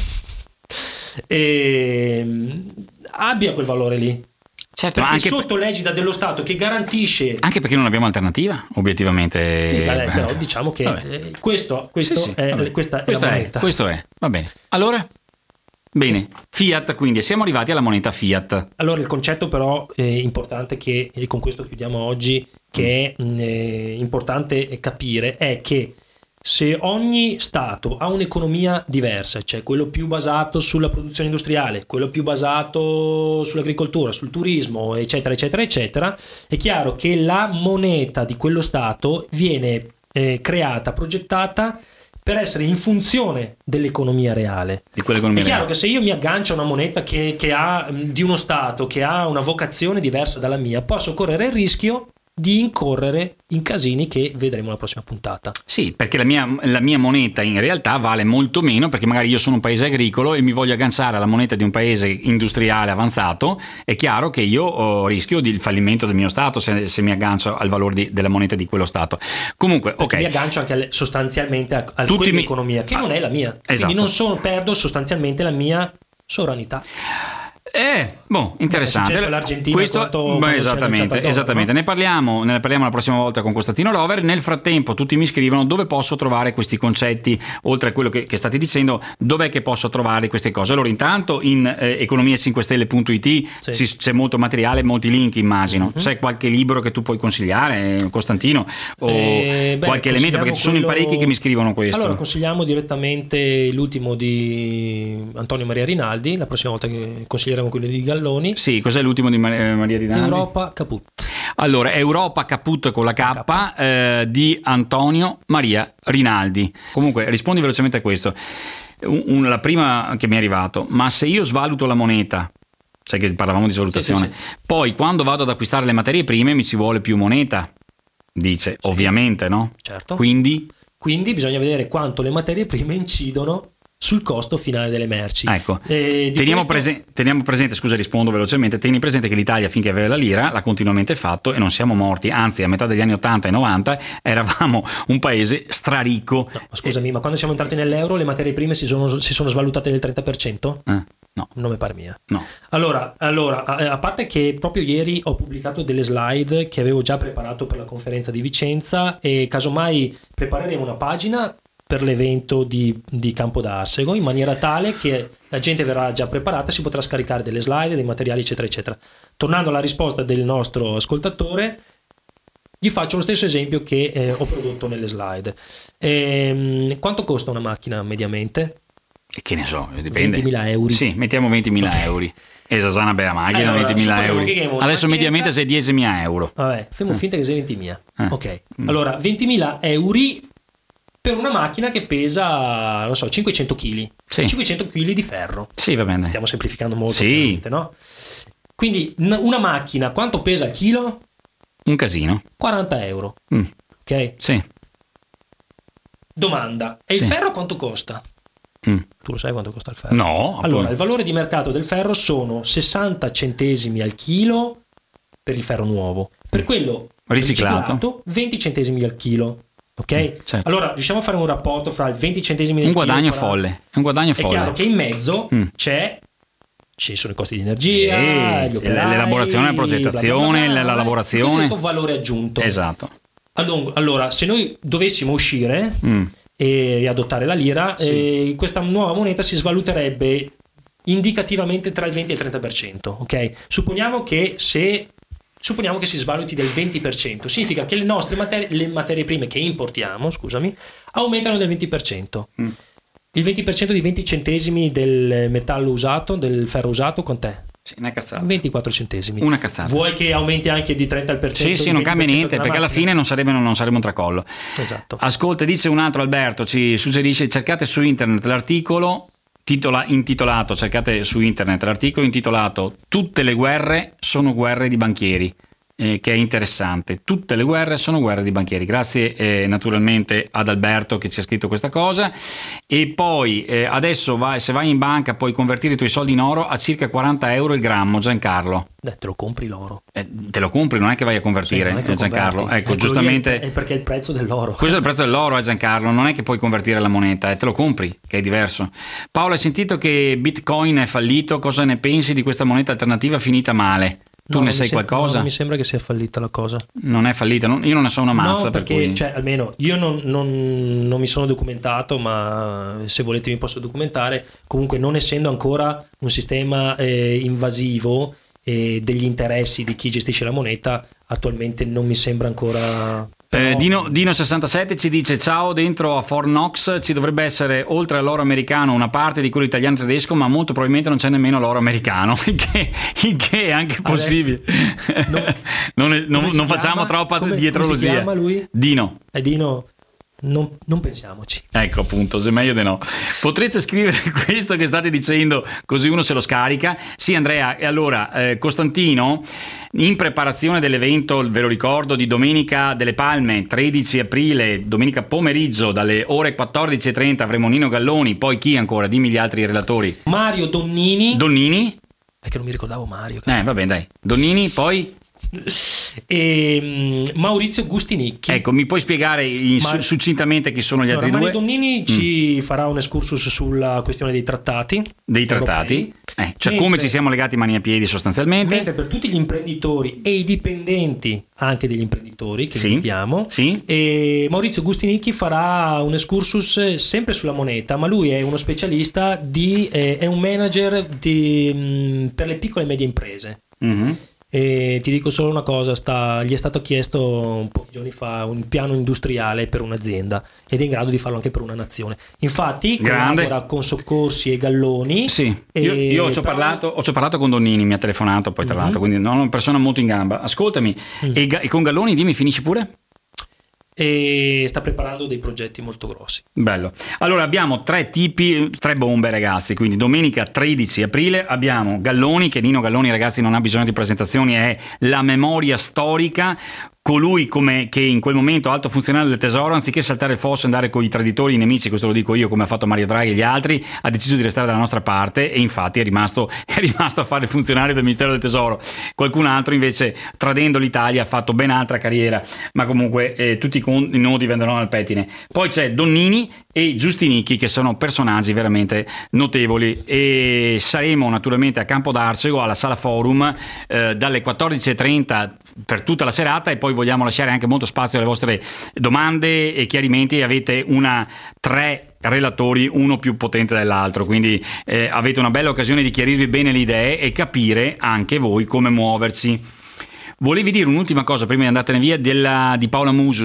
Speaker 3: eh, abbia quel valore lì.
Speaker 2: Certo,
Speaker 3: perché
Speaker 2: anche
Speaker 3: sotto l'egida dello Stato che garantisce,
Speaker 2: anche perché non abbiamo alternativa obiettivamente.
Speaker 3: Sì, vabbè, però diciamo che eh, questo, questo
Speaker 2: sì, sì,
Speaker 3: è, questa
Speaker 2: questo
Speaker 3: è la
Speaker 2: è,
Speaker 3: moneta.
Speaker 2: Questo è, va bene. Allora? Bene, fiat, quindi siamo arrivati alla moneta fiat.
Speaker 3: Allora il concetto però è importante, che e con questo chiudiamo oggi, che è mh, importante capire, è che se ogni Stato ha un'economia diversa, cioè quello più basato sulla produzione industriale, quello più basato sull'agricoltura, sul turismo, eccetera, eccetera, eccetera, è chiaro che la moneta di quello Stato viene eh, creata, progettata per essere in funzione dell'economia reale.
Speaker 2: Di quell'economia
Speaker 3: è chiaro
Speaker 2: reale.
Speaker 3: Che se io mi aggancio a una moneta che, che ha di uno Stato che ha una vocazione diversa dalla mia, posso correre il rischio di incorrere in casini che vedremo la prossima puntata.
Speaker 2: Sì, perché la mia, la mia moneta in realtà vale molto meno, perché magari io sono un paese agricolo e mi voglio agganciare alla moneta di un paese industriale avanzato. È chiaro che io ho rischio di il fallimento del mio Stato se, se mi aggancio al valore di, della moneta di quello Stato. Comunque,
Speaker 3: perché
Speaker 2: ok.
Speaker 3: mi aggancio anche alle, sostanzialmente a, a
Speaker 2: Tutti
Speaker 3: quell'economia
Speaker 2: mi...
Speaker 3: che non è la mia.
Speaker 2: Esatto.
Speaker 3: Quindi non sono, perdo sostanzialmente la mia sovranità.
Speaker 2: Eh, boh, interessante.
Speaker 3: Beh, l'Argentina
Speaker 2: questo,
Speaker 3: quanto,
Speaker 2: beh, esattamente,
Speaker 3: dollaro,
Speaker 2: esattamente.
Speaker 3: no?
Speaker 2: Ne parliamo, ne parliamo la prossima volta con Costantino Rover. Nel frattempo, tutti mi scrivono dove posso trovare questi concetti, oltre a quello che, che state dicendo, dov'è che posso trovare queste cose. Allora, intanto in eh, economia cinque stelle punto it sì. si, c'è molto materiale, molti link, immagino. Mm-hmm. C'è qualche libro che tu puoi consigliare, Costantino, o eh, beh, qualche elemento, perché ci sono quello... in parecchi che mi scrivono questo.
Speaker 3: Allora, consigliamo direttamente l'ultimo di Antonio Maria Rinaldi, la prossima volta che consiglieremo quello di Galloni.
Speaker 2: Sì, cos'è l'ultimo di Maria, Maria Rinaldi?
Speaker 3: Europa Caput.
Speaker 2: Allora, Europa Caput con la K, K. Eh, di Antonio Maria Rinaldi. Comunque, rispondi velocemente a questo. Un, un, la prima che mi è arrivato, ma se io svaluto la moneta, sai che parlavamo di svalutazione, sì, sì, sì. Poi quando vado ad acquistare le materie prime mi ci vuole più moneta, dice, sì. Ovviamente, no?
Speaker 3: Certo.
Speaker 2: Quindi?
Speaker 3: Quindi bisogna vedere quanto le materie prime incidono sul costo finale delle merci.
Speaker 2: Ecco, eh, teniamo, questo... prese- teniamo presente, scusa rispondo velocemente, tieni presente che l'Italia finché aveva la lira l'ha continuamente fatto e non siamo morti, anzi a metà degli anni ottanta e novanta eravamo un paese straricco.
Speaker 3: No, ma scusami, e... ma quando siamo entrati nell'euro le materie prime si sono, si sono svalutate del trenta per cento?
Speaker 2: Eh, no.
Speaker 3: Non mi pare mia.
Speaker 2: No.
Speaker 3: Allora, allora a, a parte che proprio ieri ho pubblicato delle slide che avevo già preparato per la conferenza di Vicenza e casomai prepareremo una pagina per l'evento di, di Campo d'Arsego, in maniera tale che la gente verrà già preparata, si potrà scaricare delle slide, dei materiali eccetera eccetera. Tornando alla risposta del nostro ascoltatore, gli faccio lo stesso esempio che eh, ho prodotto nelle slide. Ehm, quanto costa una macchina mediamente?
Speaker 2: E che ne so, dipende.
Speaker 3: ventimila euro.
Speaker 2: Sì, mettiamo ventimila euro. Esatto, una bella macchina, allora, ventimila euro. Adesso mediamente sei diecimila euro.
Speaker 3: Vabbè, facciamo finta che sia ventimila.
Speaker 2: Eh.
Speaker 3: Ok, allora ventimila euro per una macchina che pesa, non so, cinquecento chili.
Speaker 2: Sì.
Speaker 3: cinquecento chili di ferro.
Speaker 2: Sì, va bene.
Speaker 3: Stiamo semplificando molto,
Speaker 2: sì.
Speaker 3: No? Quindi una macchina, quanto pesa al chilo?
Speaker 2: Un casino.
Speaker 3: quaranta euro.
Speaker 2: Mm.
Speaker 3: Ok?
Speaker 2: Sì.
Speaker 3: Domanda, e
Speaker 2: sì.
Speaker 3: il ferro quanto costa?
Speaker 2: Mm.
Speaker 3: Tu lo sai quanto costa il ferro?
Speaker 2: No.
Speaker 3: Allora, appunto. Il valore di mercato del ferro sono sessanta centesimi al chilo per il ferro nuovo. Per quello
Speaker 2: riciclato,
Speaker 3: riciclato venti centesimi al chilo. Ok?
Speaker 2: Certo.
Speaker 3: Allora riusciamo a fare un rapporto fra il venti centesimi del
Speaker 2: un guadagno
Speaker 3: chilo,
Speaker 2: folle. È un guadagno folle.
Speaker 3: È chiaro che in mezzo
Speaker 2: mm.
Speaker 3: c'è ci sono i costi di energia,
Speaker 2: eh,
Speaker 3: gli operai,
Speaker 2: l'elaborazione, la progettazione, bla bla bla, la lavorazione.
Speaker 3: Questo valore aggiunto.
Speaker 2: Esatto.
Speaker 3: Allora, se noi dovessimo uscire mm. e riadottare la lira, sì. eh, questa nuova moneta si svaluterebbe indicativamente tra il venti e il trenta per cento. Ok? Supponiamo che se Supponiamo che si svaluti del venti per cento, significa che le nostre materie, le materie prime che importiamo, scusami, aumentano del venti per cento. Mm. Il venti per cento di venti centesimi del metallo usato, del ferro usato, quant'è?
Speaker 2: Sì, una cazzata.
Speaker 3: ventiquattro centesimi.
Speaker 2: Una cazzata.
Speaker 3: Vuoi che aumenti anche di trenta per cento?
Speaker 2: Sì, sì, non cambia niente, perché alla fine non sarebbe, non sarebbe un tracollo.
Speaker 3: Esatto.
Speaker 2: Ascolta, dice un altro Alberto, ci suggerisce, cercate su internet l'articolo titola, intitolato, cercate su internet l'articolo intitolato Tutte le guerre sono guerre di banchieri, eh, che è interessante. Tutte le guerre sono guerre di banchieri. Grazie eh, naturalmente ad Alberto che ci ha scritto questa cosa. E poi eh, adesso vai, se vai in banca puoi convertire i tuoi soldi in oro a circa quaranta euro il grammo, Giancarlo.
Speaker 3: Eh, te lo compri l'oro.
Speaker 2: Eh, te lo compri, non è che vai a convertire, sì, Giancarlo.
Speaker 3: Converti.
Speaker 2: Ecco, giustamente.
Speaker 3: È perché è il prezzo dell'oro.
Speaker 2: Questo è il prezzo dell'oro, eh, Giancarlo. Non è che puoi convertire la moneta, eh, te lo compri, che è diverso. Paolo, hai sentito che Bitcoin è fallito? Cosa ne pensi di questa moneta alternativa finita male? Tu
Speaker 3: no,
Speaker 2: ne sai
Speaker 3: sem-
Speaker 2: qualcosa?
Speaker 3: No, non mi sembra che sia fallita la cosa.
Speaker 2: Non è fallita, non, io non ne so una mazza.
Speaker 3: No, perché,
Speaker 2: per cui...
Speaker 3: cioè, almeno io non, non, non mi sono documentato, ma se volete mi posso documentare. Comunque, non essendo ancora un sistema eh, invasivo eh, degli interessi di chi gestisce la moneta, attualmente non mi sembra ancora...
Speaker 2: Eh, Dino, Dino sessantasette ci dice: ciao, dentro a Fort Knox ci dovrebbe essere oltre all'oro americano una parte di quello italiano e tedesco, ma molto probabilmente non c'è nemmeno l'oro americano, il che, il che è anche possibile. Non, non, è, non, non facciamo troppa come, dietrologia.
Speaker 3: Come si chiama lui?
Speaker 2: Dino.
Speaker 3: È Dino. Non, non pensiamoci.
Speaker 2: Ecco, appunto, se meglio di no. Potreste scrivere questo che state dicendo, così uno se lo scarica. Sì, Andrea, e allora eh, Costantino, in preparazione dell'evento, ve lo ricordo, di domenica delle Palme, tredici aprile, domenica pomeriggio, dalle ore quattordici e trenta avremo Nino Galloni, poi chi ancora? Dimmi gli altri relatori.
Speaker 3: Mario Donnini.
Speaker 2: Donnini?
Speaker 3: È che non mi ricordavo Mario.
Speaker 2: Eh, va bene, dai. Donnini, poi...
Speaker 3: e Maurizio Gustinicchi.
Speaker 2: Ecco, mi puoi spiegare in, Ma... succintamente chi sono gli
Speaker 3: allora,
Speaker 2: altri
Speaker 3: Mario
Speaker 2: due?
Speaker 3: Donnini mm. ci farà un excursus sulla questione dei trattati.
Speaker 2: Dei trattati? Eh, cioè mentre, come ci siamo legati mani a piedi sostanzialmente.
Speaker 3: Mentre per tutti gli imprenditori e i dipendenti anche degli imprenditori che
Speaker 2: sì,
Speaker 3: invitiamo,
Speaker 2: sì.
Speaker 3: e Maurizio Gustinicchi farà un excursus sempre sulla moneta, ma lui è uno specialista di eh, è un manager di, mh, per le piccole e medie imprese. Mm-hmm. E ti dico solo una cosa, sta, gli è stato chiesto un po' di giorni fa un piano industriale per un'azienda ed è in grado di farlo anche per una nazione. Infatti
Speaker 2: Grande.
Speaker 3: collabora con Soccorsi e Galloni.
Speaker 2: Sì, e io, io ho, però... parlato, ho parlato con Donnini, mi ha telefonato poi tra mm-hmm. l'altro, quindi non è una persona molto in gamba. Ascoltami, mm. e, e con Galloni dimmi, finisci pure?
Speaker 3: E sta preparando dei progetti molto grossi.
Speaker 2: Bello. Allora abbiamo tre tipi, tre bombe ragazzi, quindi domenica tredici aprile abbiamo Galloni, che Nino Galloni ragazzi non ha bisogno di presentazioni, è la memoria storica, colui come che in quel momento alto funzionario del tesoro, anziché saltare il fosso e andare con i traditori, i nemici, questo lo dico io come ha fatto Mario Draghi e gli altri, ha deciso di restare dalla nostra parte e infatti è rimasto, è rimasto a fare il funzionario del Ministero del Tesoro. Qualcun altro invece, tradendo l'Italia, ha fatto ben altra carriera, ma comunque eh, tutti i, con- i nodi vendono al pettine. Poi c'è Donnini e Giustinicchi, che sono personaggi veramente notevoli, e saremo naturalmente a Campo d'Arsego alla Sala Forum eh, dalle quattordici e trenta per tutta la serata, e poi vogliamo lasciare anche molto spazio alle vostre domande e chiarimenti. Avete una tre relatori, uno più potente dell'altro, quindi eh, avete una bella occasione di chiarirvi bene le idee e capire anche voi come muoversi. Volevi dire un'ultima cosa prima di andartene via della, di Paola Musu,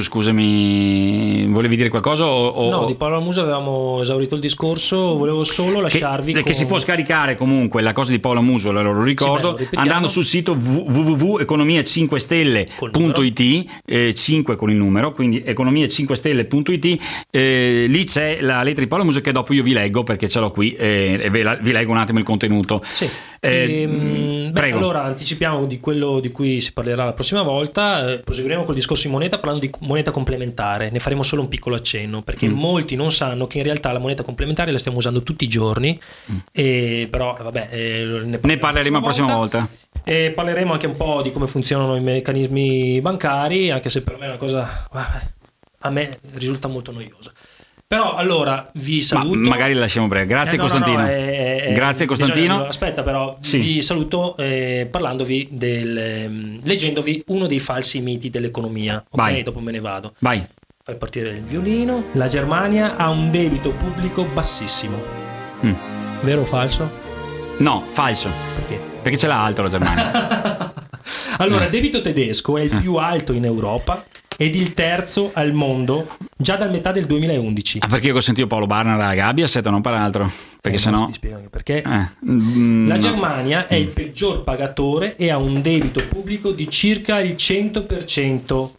Speaker 2: scusami, volevi dire qualcosa? O, o...
Speaker 3: No, di Paola Musu avevamo esaurito il discorso, volevo solo lasciarvi
Speaker 2: che,
Speaker 3: con...
Speaker 2: che si può scaricare comunque la cosa di Paola Musu, allora lo ricordo, sì, beh, lo andando sul sito w w w punto economia cinque stelle punto i t, eh, cinque con il numero, quindi economia cinque stelle punto i t, eh, lì c'è la lettera di Paola Musu che dopo io vi leggo perché ce l'ho qui eh, e ve la, vi leggo un attimo il contenuto.
Speaker 3: Sì.
Speaker 2: Eh,
Speaker 3: ehm, beh, allora anticipiamo di quello di cui si parlerà la prossima volta, eh, proseguiremo col discorso di moneta parlando di moneta complementare. Ne faremo solo un piccolo accenno perché mm. molti non sanno che in realtà la moneta complementare la stiamo usando tutti i giorni, mm. e però vabbè eh, ne,
Speaker 2: ne parleremo la prossima volta, volta.
Speaker 3: E parleremo anche un po' di come funzionano i meccanismi bancari, anche se per me è una cosa vabbè, a me risulta molto noiosa. Però allora vi saluto.
Speaker 2: Ma magari la lasciamo breve. Grazie eh, no, Costantino. No, no, è, è,
Speaker 3: bisogna,
Speaker 2: Grazie Costantino.
Speaker 3: Aspetta però, sì. Vi saluto eh, parlandovi del eh, leggendovi uno dei falsi miti dell'economia. Ok, Vai. Dopo me ne vado.
Speaker 2: Vai.
Speaker 3: Fai partire il violino. La Germania ha un debito pubblico bassissimo. Mm. Vero o falso?
Speaker 2: No, falso.
Speaker 3: Perché?
Speaker 2: Perché ce l'ha alto la Germania.
Speaker 3: Allora, il debito tedesco è il più alto in Europa ed il terzo al mondo già dal metà del duemilaundici.
Speaker 2: Ah, perché io ho sentito Paolo Barna dalla gabbia, se non per altro, perché
Speaker 3: eh,
Speaker 2: sennò
Speaker 3: ti spiego anche perché
Speaker 2: eh, mm,
Speaker 3: la Germania
Speaker 2: no.
Speaker 3: è il peggior pagatore e ha un debito pubblico di circa il cento per cento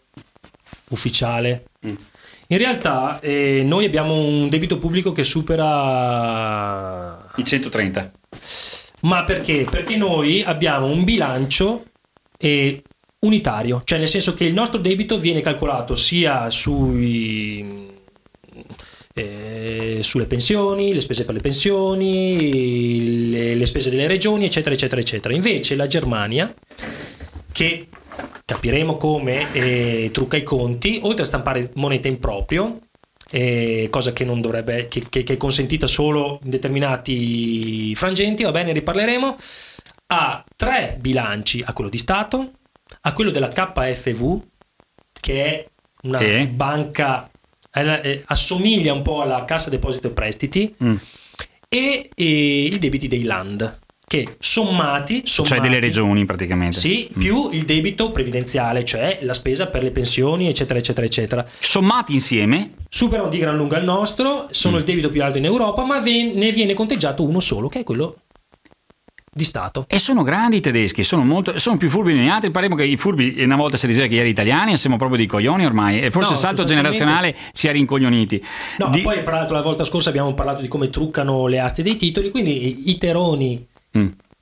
Speaker 3: ufficiale. Mm. In realtà eh, noi abbiamo un debito pubblico che supera
Speaker 2: i centotrenta.
Speaker 3: Ma perché? Perché noi abbiamo un bilancio e unitario, cioè nel senso che il nostro debito viene calcolato sia sui, eh, sulle pensioni, le spese per le pensioni, le, le spese delle regioni, eccetera, eccetera, eccetera. Invece la Germania, che capiremo come eh, trucca i conti, oltre a stampare moneta in proprio, eh, cosa che non dovrebbe, che, che, che è consentita solo in determinati frangenti, va bene, riparleremo, ha tre bilanci, a quello di Stato, a quello della K F V, che è una che? banca, eh, assomiglia un po' alla Cassa Deposito e Prestiti, mm. e, e i debiti dei Land, che sommati, sommati
Speaker 2: cioè delle regioni praticamente,
Speaker 3: sì, mm. più il debito previdenziale, cioè la spesa per le pensioni, eccetera, eccetera, eccetera,
Speaker 2: sommati insieme
Speaker 3: superano di gran lunga il nostro, sono mm. il debito più alto in Europa, ma ve- ne viene conteggiato uno solo, che è quello di Stato.
Speaker 2: E sono grandi i tedeschi, sono molto, sono più furbi degli altri. Parliamo che i furbi una volta si diceva che erano italiani e siamo proprio dei coglioni ormai, e forse no, il salto generazionale ci ha rincoglioniti.
Speaker 3: No,
Speaker 2: di...
Speaker 3: poi tra l'altro la volta scorsa abbiamo parlato di come truccano le aste dei titoli, quindi i teroni mm.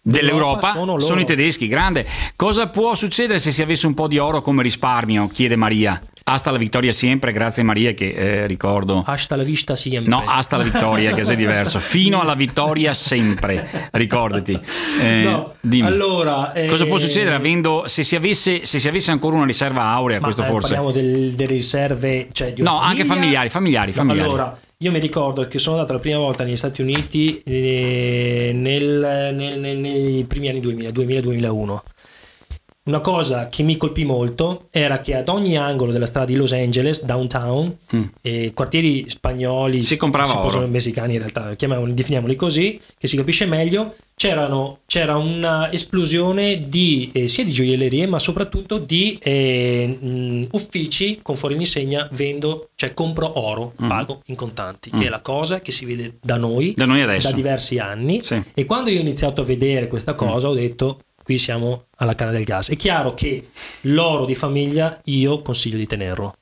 Speaker 2: dell'Europa
Speaker 3: sono,
Speaker 2: sono i tedeschi. Grande. Cosa può succedere se si avesse un po' di oro come risparmio? Chiede Maria. Hasta la vittoria sempre, grazie Maria che eh, ricordo.
Speaker 3: Hasta la vista sempre.
Speaker 2: No, hasta la vittoria che è diverso. Fino alla vittoria sempre, ricordati. Eh,
Speaker 3: no,
Speaker 2: dimmi.
Speaker 3: Allora, eh,
Speaker 2: cosa può succedere avendo se si avesse se si avesse ancora una riserva aurea?
Speaker 3: Ma
Speaker 2: questo
Speaker 3: eh,
Speaker 2: forse.
Speaker 3: Parliamo del, delle riserve, cioè di una
Speaker 2: No,
Speaker 3: famiglia?
Speaker 2: anche familiari, familiari, familiari.
Speaker 3: Allora, io mi ricordo che sono andato la prima volta negli Stati Uniti eh, nel, nel, nel, nei primi anni duemila, duemila duemilauno. Una cosa che mi colpì molto era che ad ogni angolo della strada di Los Angeles, downtown, mm. eh, quartieri spagnoli,
Speaker 2: si comprava oro.
Speaker 3: Possono, messicani in realtà, chiamiamoli, definiamoli così, che si capisce meglio, c'erano, c'era una esplosione di, eh, sia di gioiellerie ma soprattutto di eh, mh, uffici con fuori insegna vendo, cioè compro oro, mm. pago in contanti, mm. che è la cosa che si vede da noi,
Speaker 2: da, noi adesso.
Speaker 3: da diversi anni,
Speaker 2: sì.
Speaker 3: E quando io ho iniziato a vedere questa cosa mm. ho detto qui siamo alla canna del gas. È chiaro che l'oro di famiglia io consiglio di tenerlo.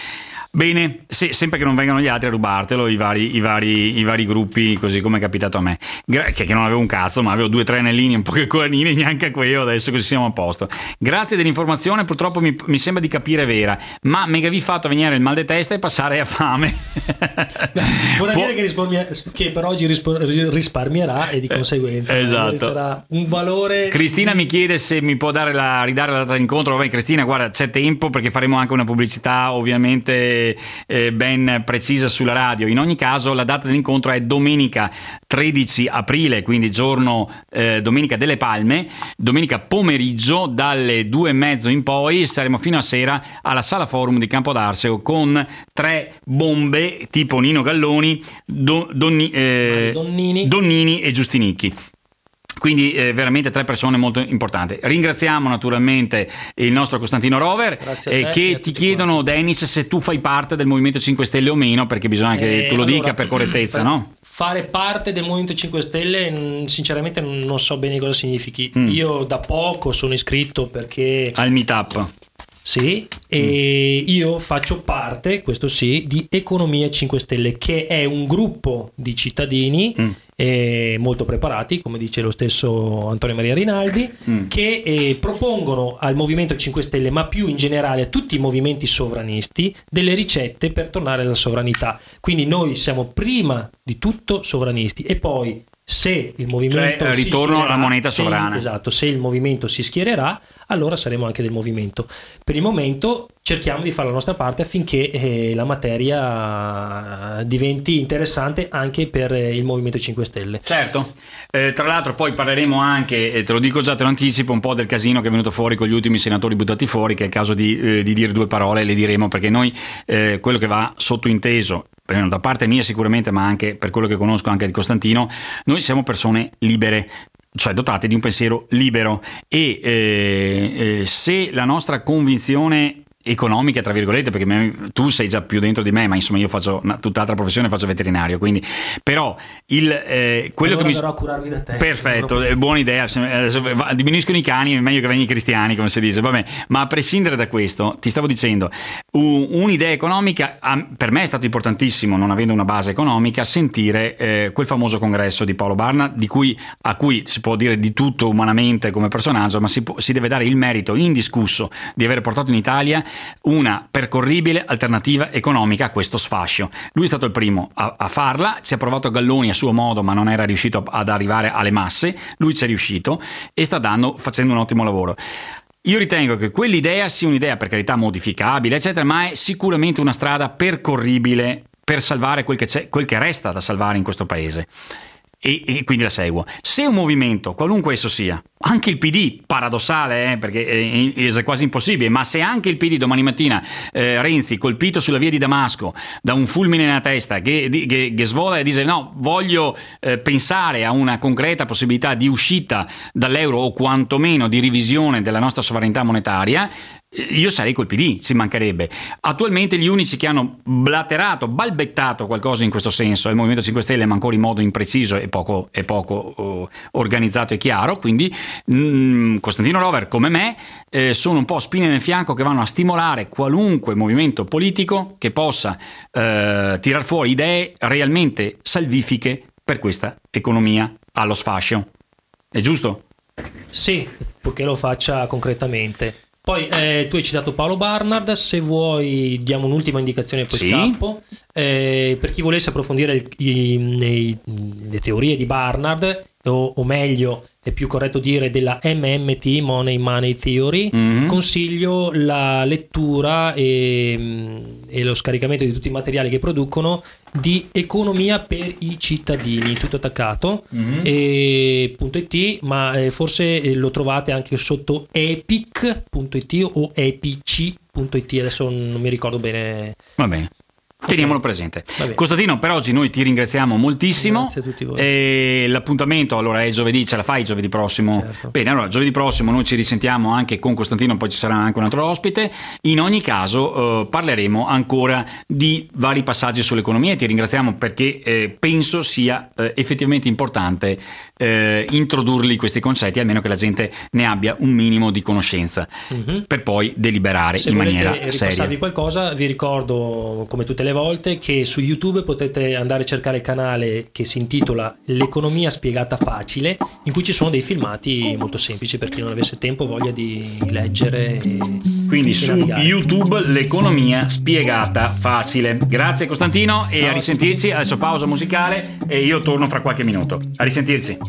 Speaker 2: Bene, sì, sempre che non vengano gli altri a rubartelo, i vari, i vari, i vari gruppi, così come è capitato a me, Gra- che, che non avevo un cazzo, ma avevo due o tre anellini, un po' che coanini, neanche a quello, adesso così siamo a posto. Grazie dell'informazione, purtroppo mi, mi sembra di capire vera, ma mi avevi fatto venire il mal di testa e passare a fame.
Speaker 3: Vuol
Speaker 2: Può...
Speaker 3: dire che, risparmia, che per oggi risparmierà e di conseguenza
Speaker 2: eh, esatto.
Speaker 3: resterà un valore.
Speaker 2: Cristina
Speaker 3: di...
Speaker 2: mi chiede se mi può dare la, ridare la data d'incontro. Vabbè, Cristina, guarda, c'è tempo perché faremo anche una pubblicità ovviamente Eh, ben precisa sulla radio. In ogni caso la data dell'incontro è domenica tredici aprile, quindi giorno eh, domenica delle Palme, domenica pomeriggio dalle due e mezzo in poi. Saremo fino a sera alla Sala Forum di Campodarseo con tre bombe tipo Nino Galloni, Do, Donni, eh,
Speaker 3: Donnini.
Speaker 2: Donnini e Giustinicchi. Quindi eh, veramente tre persone molto importanti. Ringraziamo naturalmente il nostro Costantino Rover eh, che ti chiedono quanti. Dennis, se tu fai parte del Movimento cinque Stelle o meno, perché bisogna eh, che tu lo allora, dica per correttezza, fa, no?
Speaker 3: Fare parte del Movimento cinque Stelle sinceramente non so bene cosa significhi. Mm. Io da poco sono iscritto perché
Speaker 2: al meetup.
Speaker 3: Sì, e mm. io faccio parte, questo sì, di Economia cinque Stelle, che è un gruppo di cittadini mm. eh, molto preparati, come dice lo stesso Antonio Maria Rinaldi, mm. che eh, propongono al Movimento cinque Stelle, ma più in generale a tutti i movimenti sovranisti, delle ricette per tornare alla sovranità. Quindi noi siamo prima di tutto sovranisti e poi se il movimento
Speaker 2: cioè, ritorno alla moneta
Speaker 3: se,
Speaker 2: sovrana.
Speaker 3: Esatto, se il movimento si schiererà, allora saremo anche del movimento. Per il momento cerchiamo di fare la nostra parte affinché eh, la materia diventi interessante anche per eh, il Movimento cinque Stelle.
Speaker 2: Certo, eh, tra l'altro poi parleremo anche, eh, te lo dico già, te lo anticipo, un po' del casino che è venuto fuori con gli ultimi senatori buttati fuori, che è il caso di, eh, di dire due parole, le diremo perché noi eh, quello che va sottointeso da parte mia sicuramente, ma anche per quello che conosco anche di Costantino, noi siamo persone libere, cioè dotate di un pensiero libero e eh, eh, se la nostra convinzione economica, tra virgolette, perché me, tu sei già più dentro di me, ma insomma io faccio una tutt'altra professione, faccio veterinario, quindi però il eh, quello
Speaker 3: allora
Speaker 2: che mi
Speaker 3: a curarmi da te.
Speaker 2: Perfetto, è buona idea. Adesso diminuiscono i cani, è meglio che vengano i cristiani, come si dice. Vabbè, ma a prescindere da questo, ti stavo dicendo, un'idea economica per me è stato importantissimo, non avendo una base economica, sentire eh, quel famoso congresso di Paolo Barna, di cui a cui si può dire di tutto umanamente come personaggio, ma si, può, si deve dare il merito indiscusso di aver portato in Italia una percorribile alternativa economica a questo sfascio. Lui è stato il primo a, a farla, ci ha provato Galloni a suo modo, ma non era riuscito ad arrivare alle masse. Lui ci è riuscito e sta dando, facendo un ottimo lavoro. Io ritengo che quell'idea sia un'idea, per carità, modificabile, eccetera, ma è sicuramente una strada percorribile per salvare quel che, c'è, quel che resta da salvare in questo paese. E, e quindi la seguo. Se un movimento, qualunque esso sia, anche il P D, paradossale eh, perché è, è quasi impossibile, ma se anche il P D domani mattina eh, Renzi, colpito sulla via di Damasco da un fulmine nella testa, che, che, che svola e dice no, voglio eh, pensare a una concreta possibilità di uscita dall'euro o quantomeno di revisione della nostra sovranità monetaria, io sarei col P D, ci mancherebbe. Attualmente gli unici che hanno blaterato, balbettato qualcosa in questo senso è il Movimento cinque Stelle, ma ancora in modo impreciso e poco, e poco uh, organizzato e chiaro. Quindi mh, Costantino Rover, come me, eh, sono un po' spine nel fianco che vanno a stimolare qualunque movimento politico che possa eh, tirar fuori idee realmente salvifiche per questa economia allo sfascio. È giusto?
Speaker 3: Sì, purché lo faccia concretamente. Poi eh, tu hai citato Paolo Barnard, se vuoi diamo un'ultima indicazione e poi
Speaker 2: Sì.
Speaker 3: scappo. Eh, per chi volesse approfondire il- i- i- le teorie di Barnard, o, o meglio è più corretto dire della M M T, Money Money Theory,
Speaker 2: Mhm.
Speaker 3: consiglio la lettura e, e lo scaricamento di tutti i materiali che producono di Economia per i cittadini, tutto attaccato,
Speaker 2: Mhm.
Speaker 3: e .it, ma eh, forse eh, lo trovate anche sotto epic punto it o epic punto it, adesso non mi ricordo bene.
Speaker 2: Va bene. Teniamolo presente.
Speaker 3: Va bene.
Speaker 2: Costantino, per oggi noi ti ringraziamo moltissimo.
Speaker 3: Grazie a tutti voi.
Speaker 2: E l'appuntamento allora è giovedì, ce la fai giovedì prossimo?
Speaker 3: Certo.
Speaker 2: Bene, allora giovedì prossimo noi ci risentiamo anche con Costantino, poi ci sarà anche un altro ospite. In ogni caso eh, parleremo ancora di vari passaggi sull'economia e ti ringraziamo perché eh, penso sia eh, effettivamente importante eh, introdurli questi concetti, almeno che la gente ne abbia un minimo di conoscenza,
Speaker 3: Mhm.
Speaker 2: per poi deliberare
Speaker 3: Se
Speaker 2: in
Speaker 3: volete
Speaker 2: maniera
Speaker 3: ripassarvi
Speaker 2: seria.
Speaker 3: qualcosa, vi ricordo come tutte le volte che su YouTube potete andare a cercare il canale che si intitola L'economia spiegata facile, in cui ci sono dei filmati molto semplici per chi non avesse tempo o voglia di leggere e
Speaker 2: Quindi
Speaker 3: e
Speaker 2: su
Speaker 3: navigare.
Speaker 2: YouTube l'economia spiegata facile. Grazie Costantino e
Speaker 3: Ciao.
Speaker 2: a risentirci. Adesso pausa musicale e io torno fra qualche minuto. A risentirci.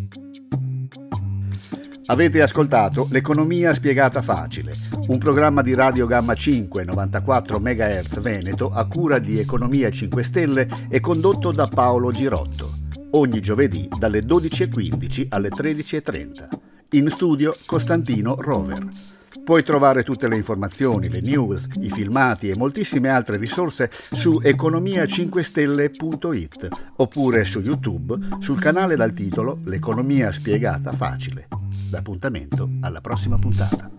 Speaker 1: Avete ascoltato L'economia spiegata facile, un programma di Radio Gamma cinque novantaquattro megahertz Veneto a cura di Economia cinque Stelle e condotto da Paolo Girotto. Ogni giovedì dalle dodici e quindici alle tredici e trenta. In studio Costantino Rover. Puoi trovare tutte le informazioni, le news, i filmati e moltissime altre risorse su economia cinque stelle punto it oppure su YouTube sul canale dal titolo L'economia spiegata facile. L'appuntamento alla prossima puntata.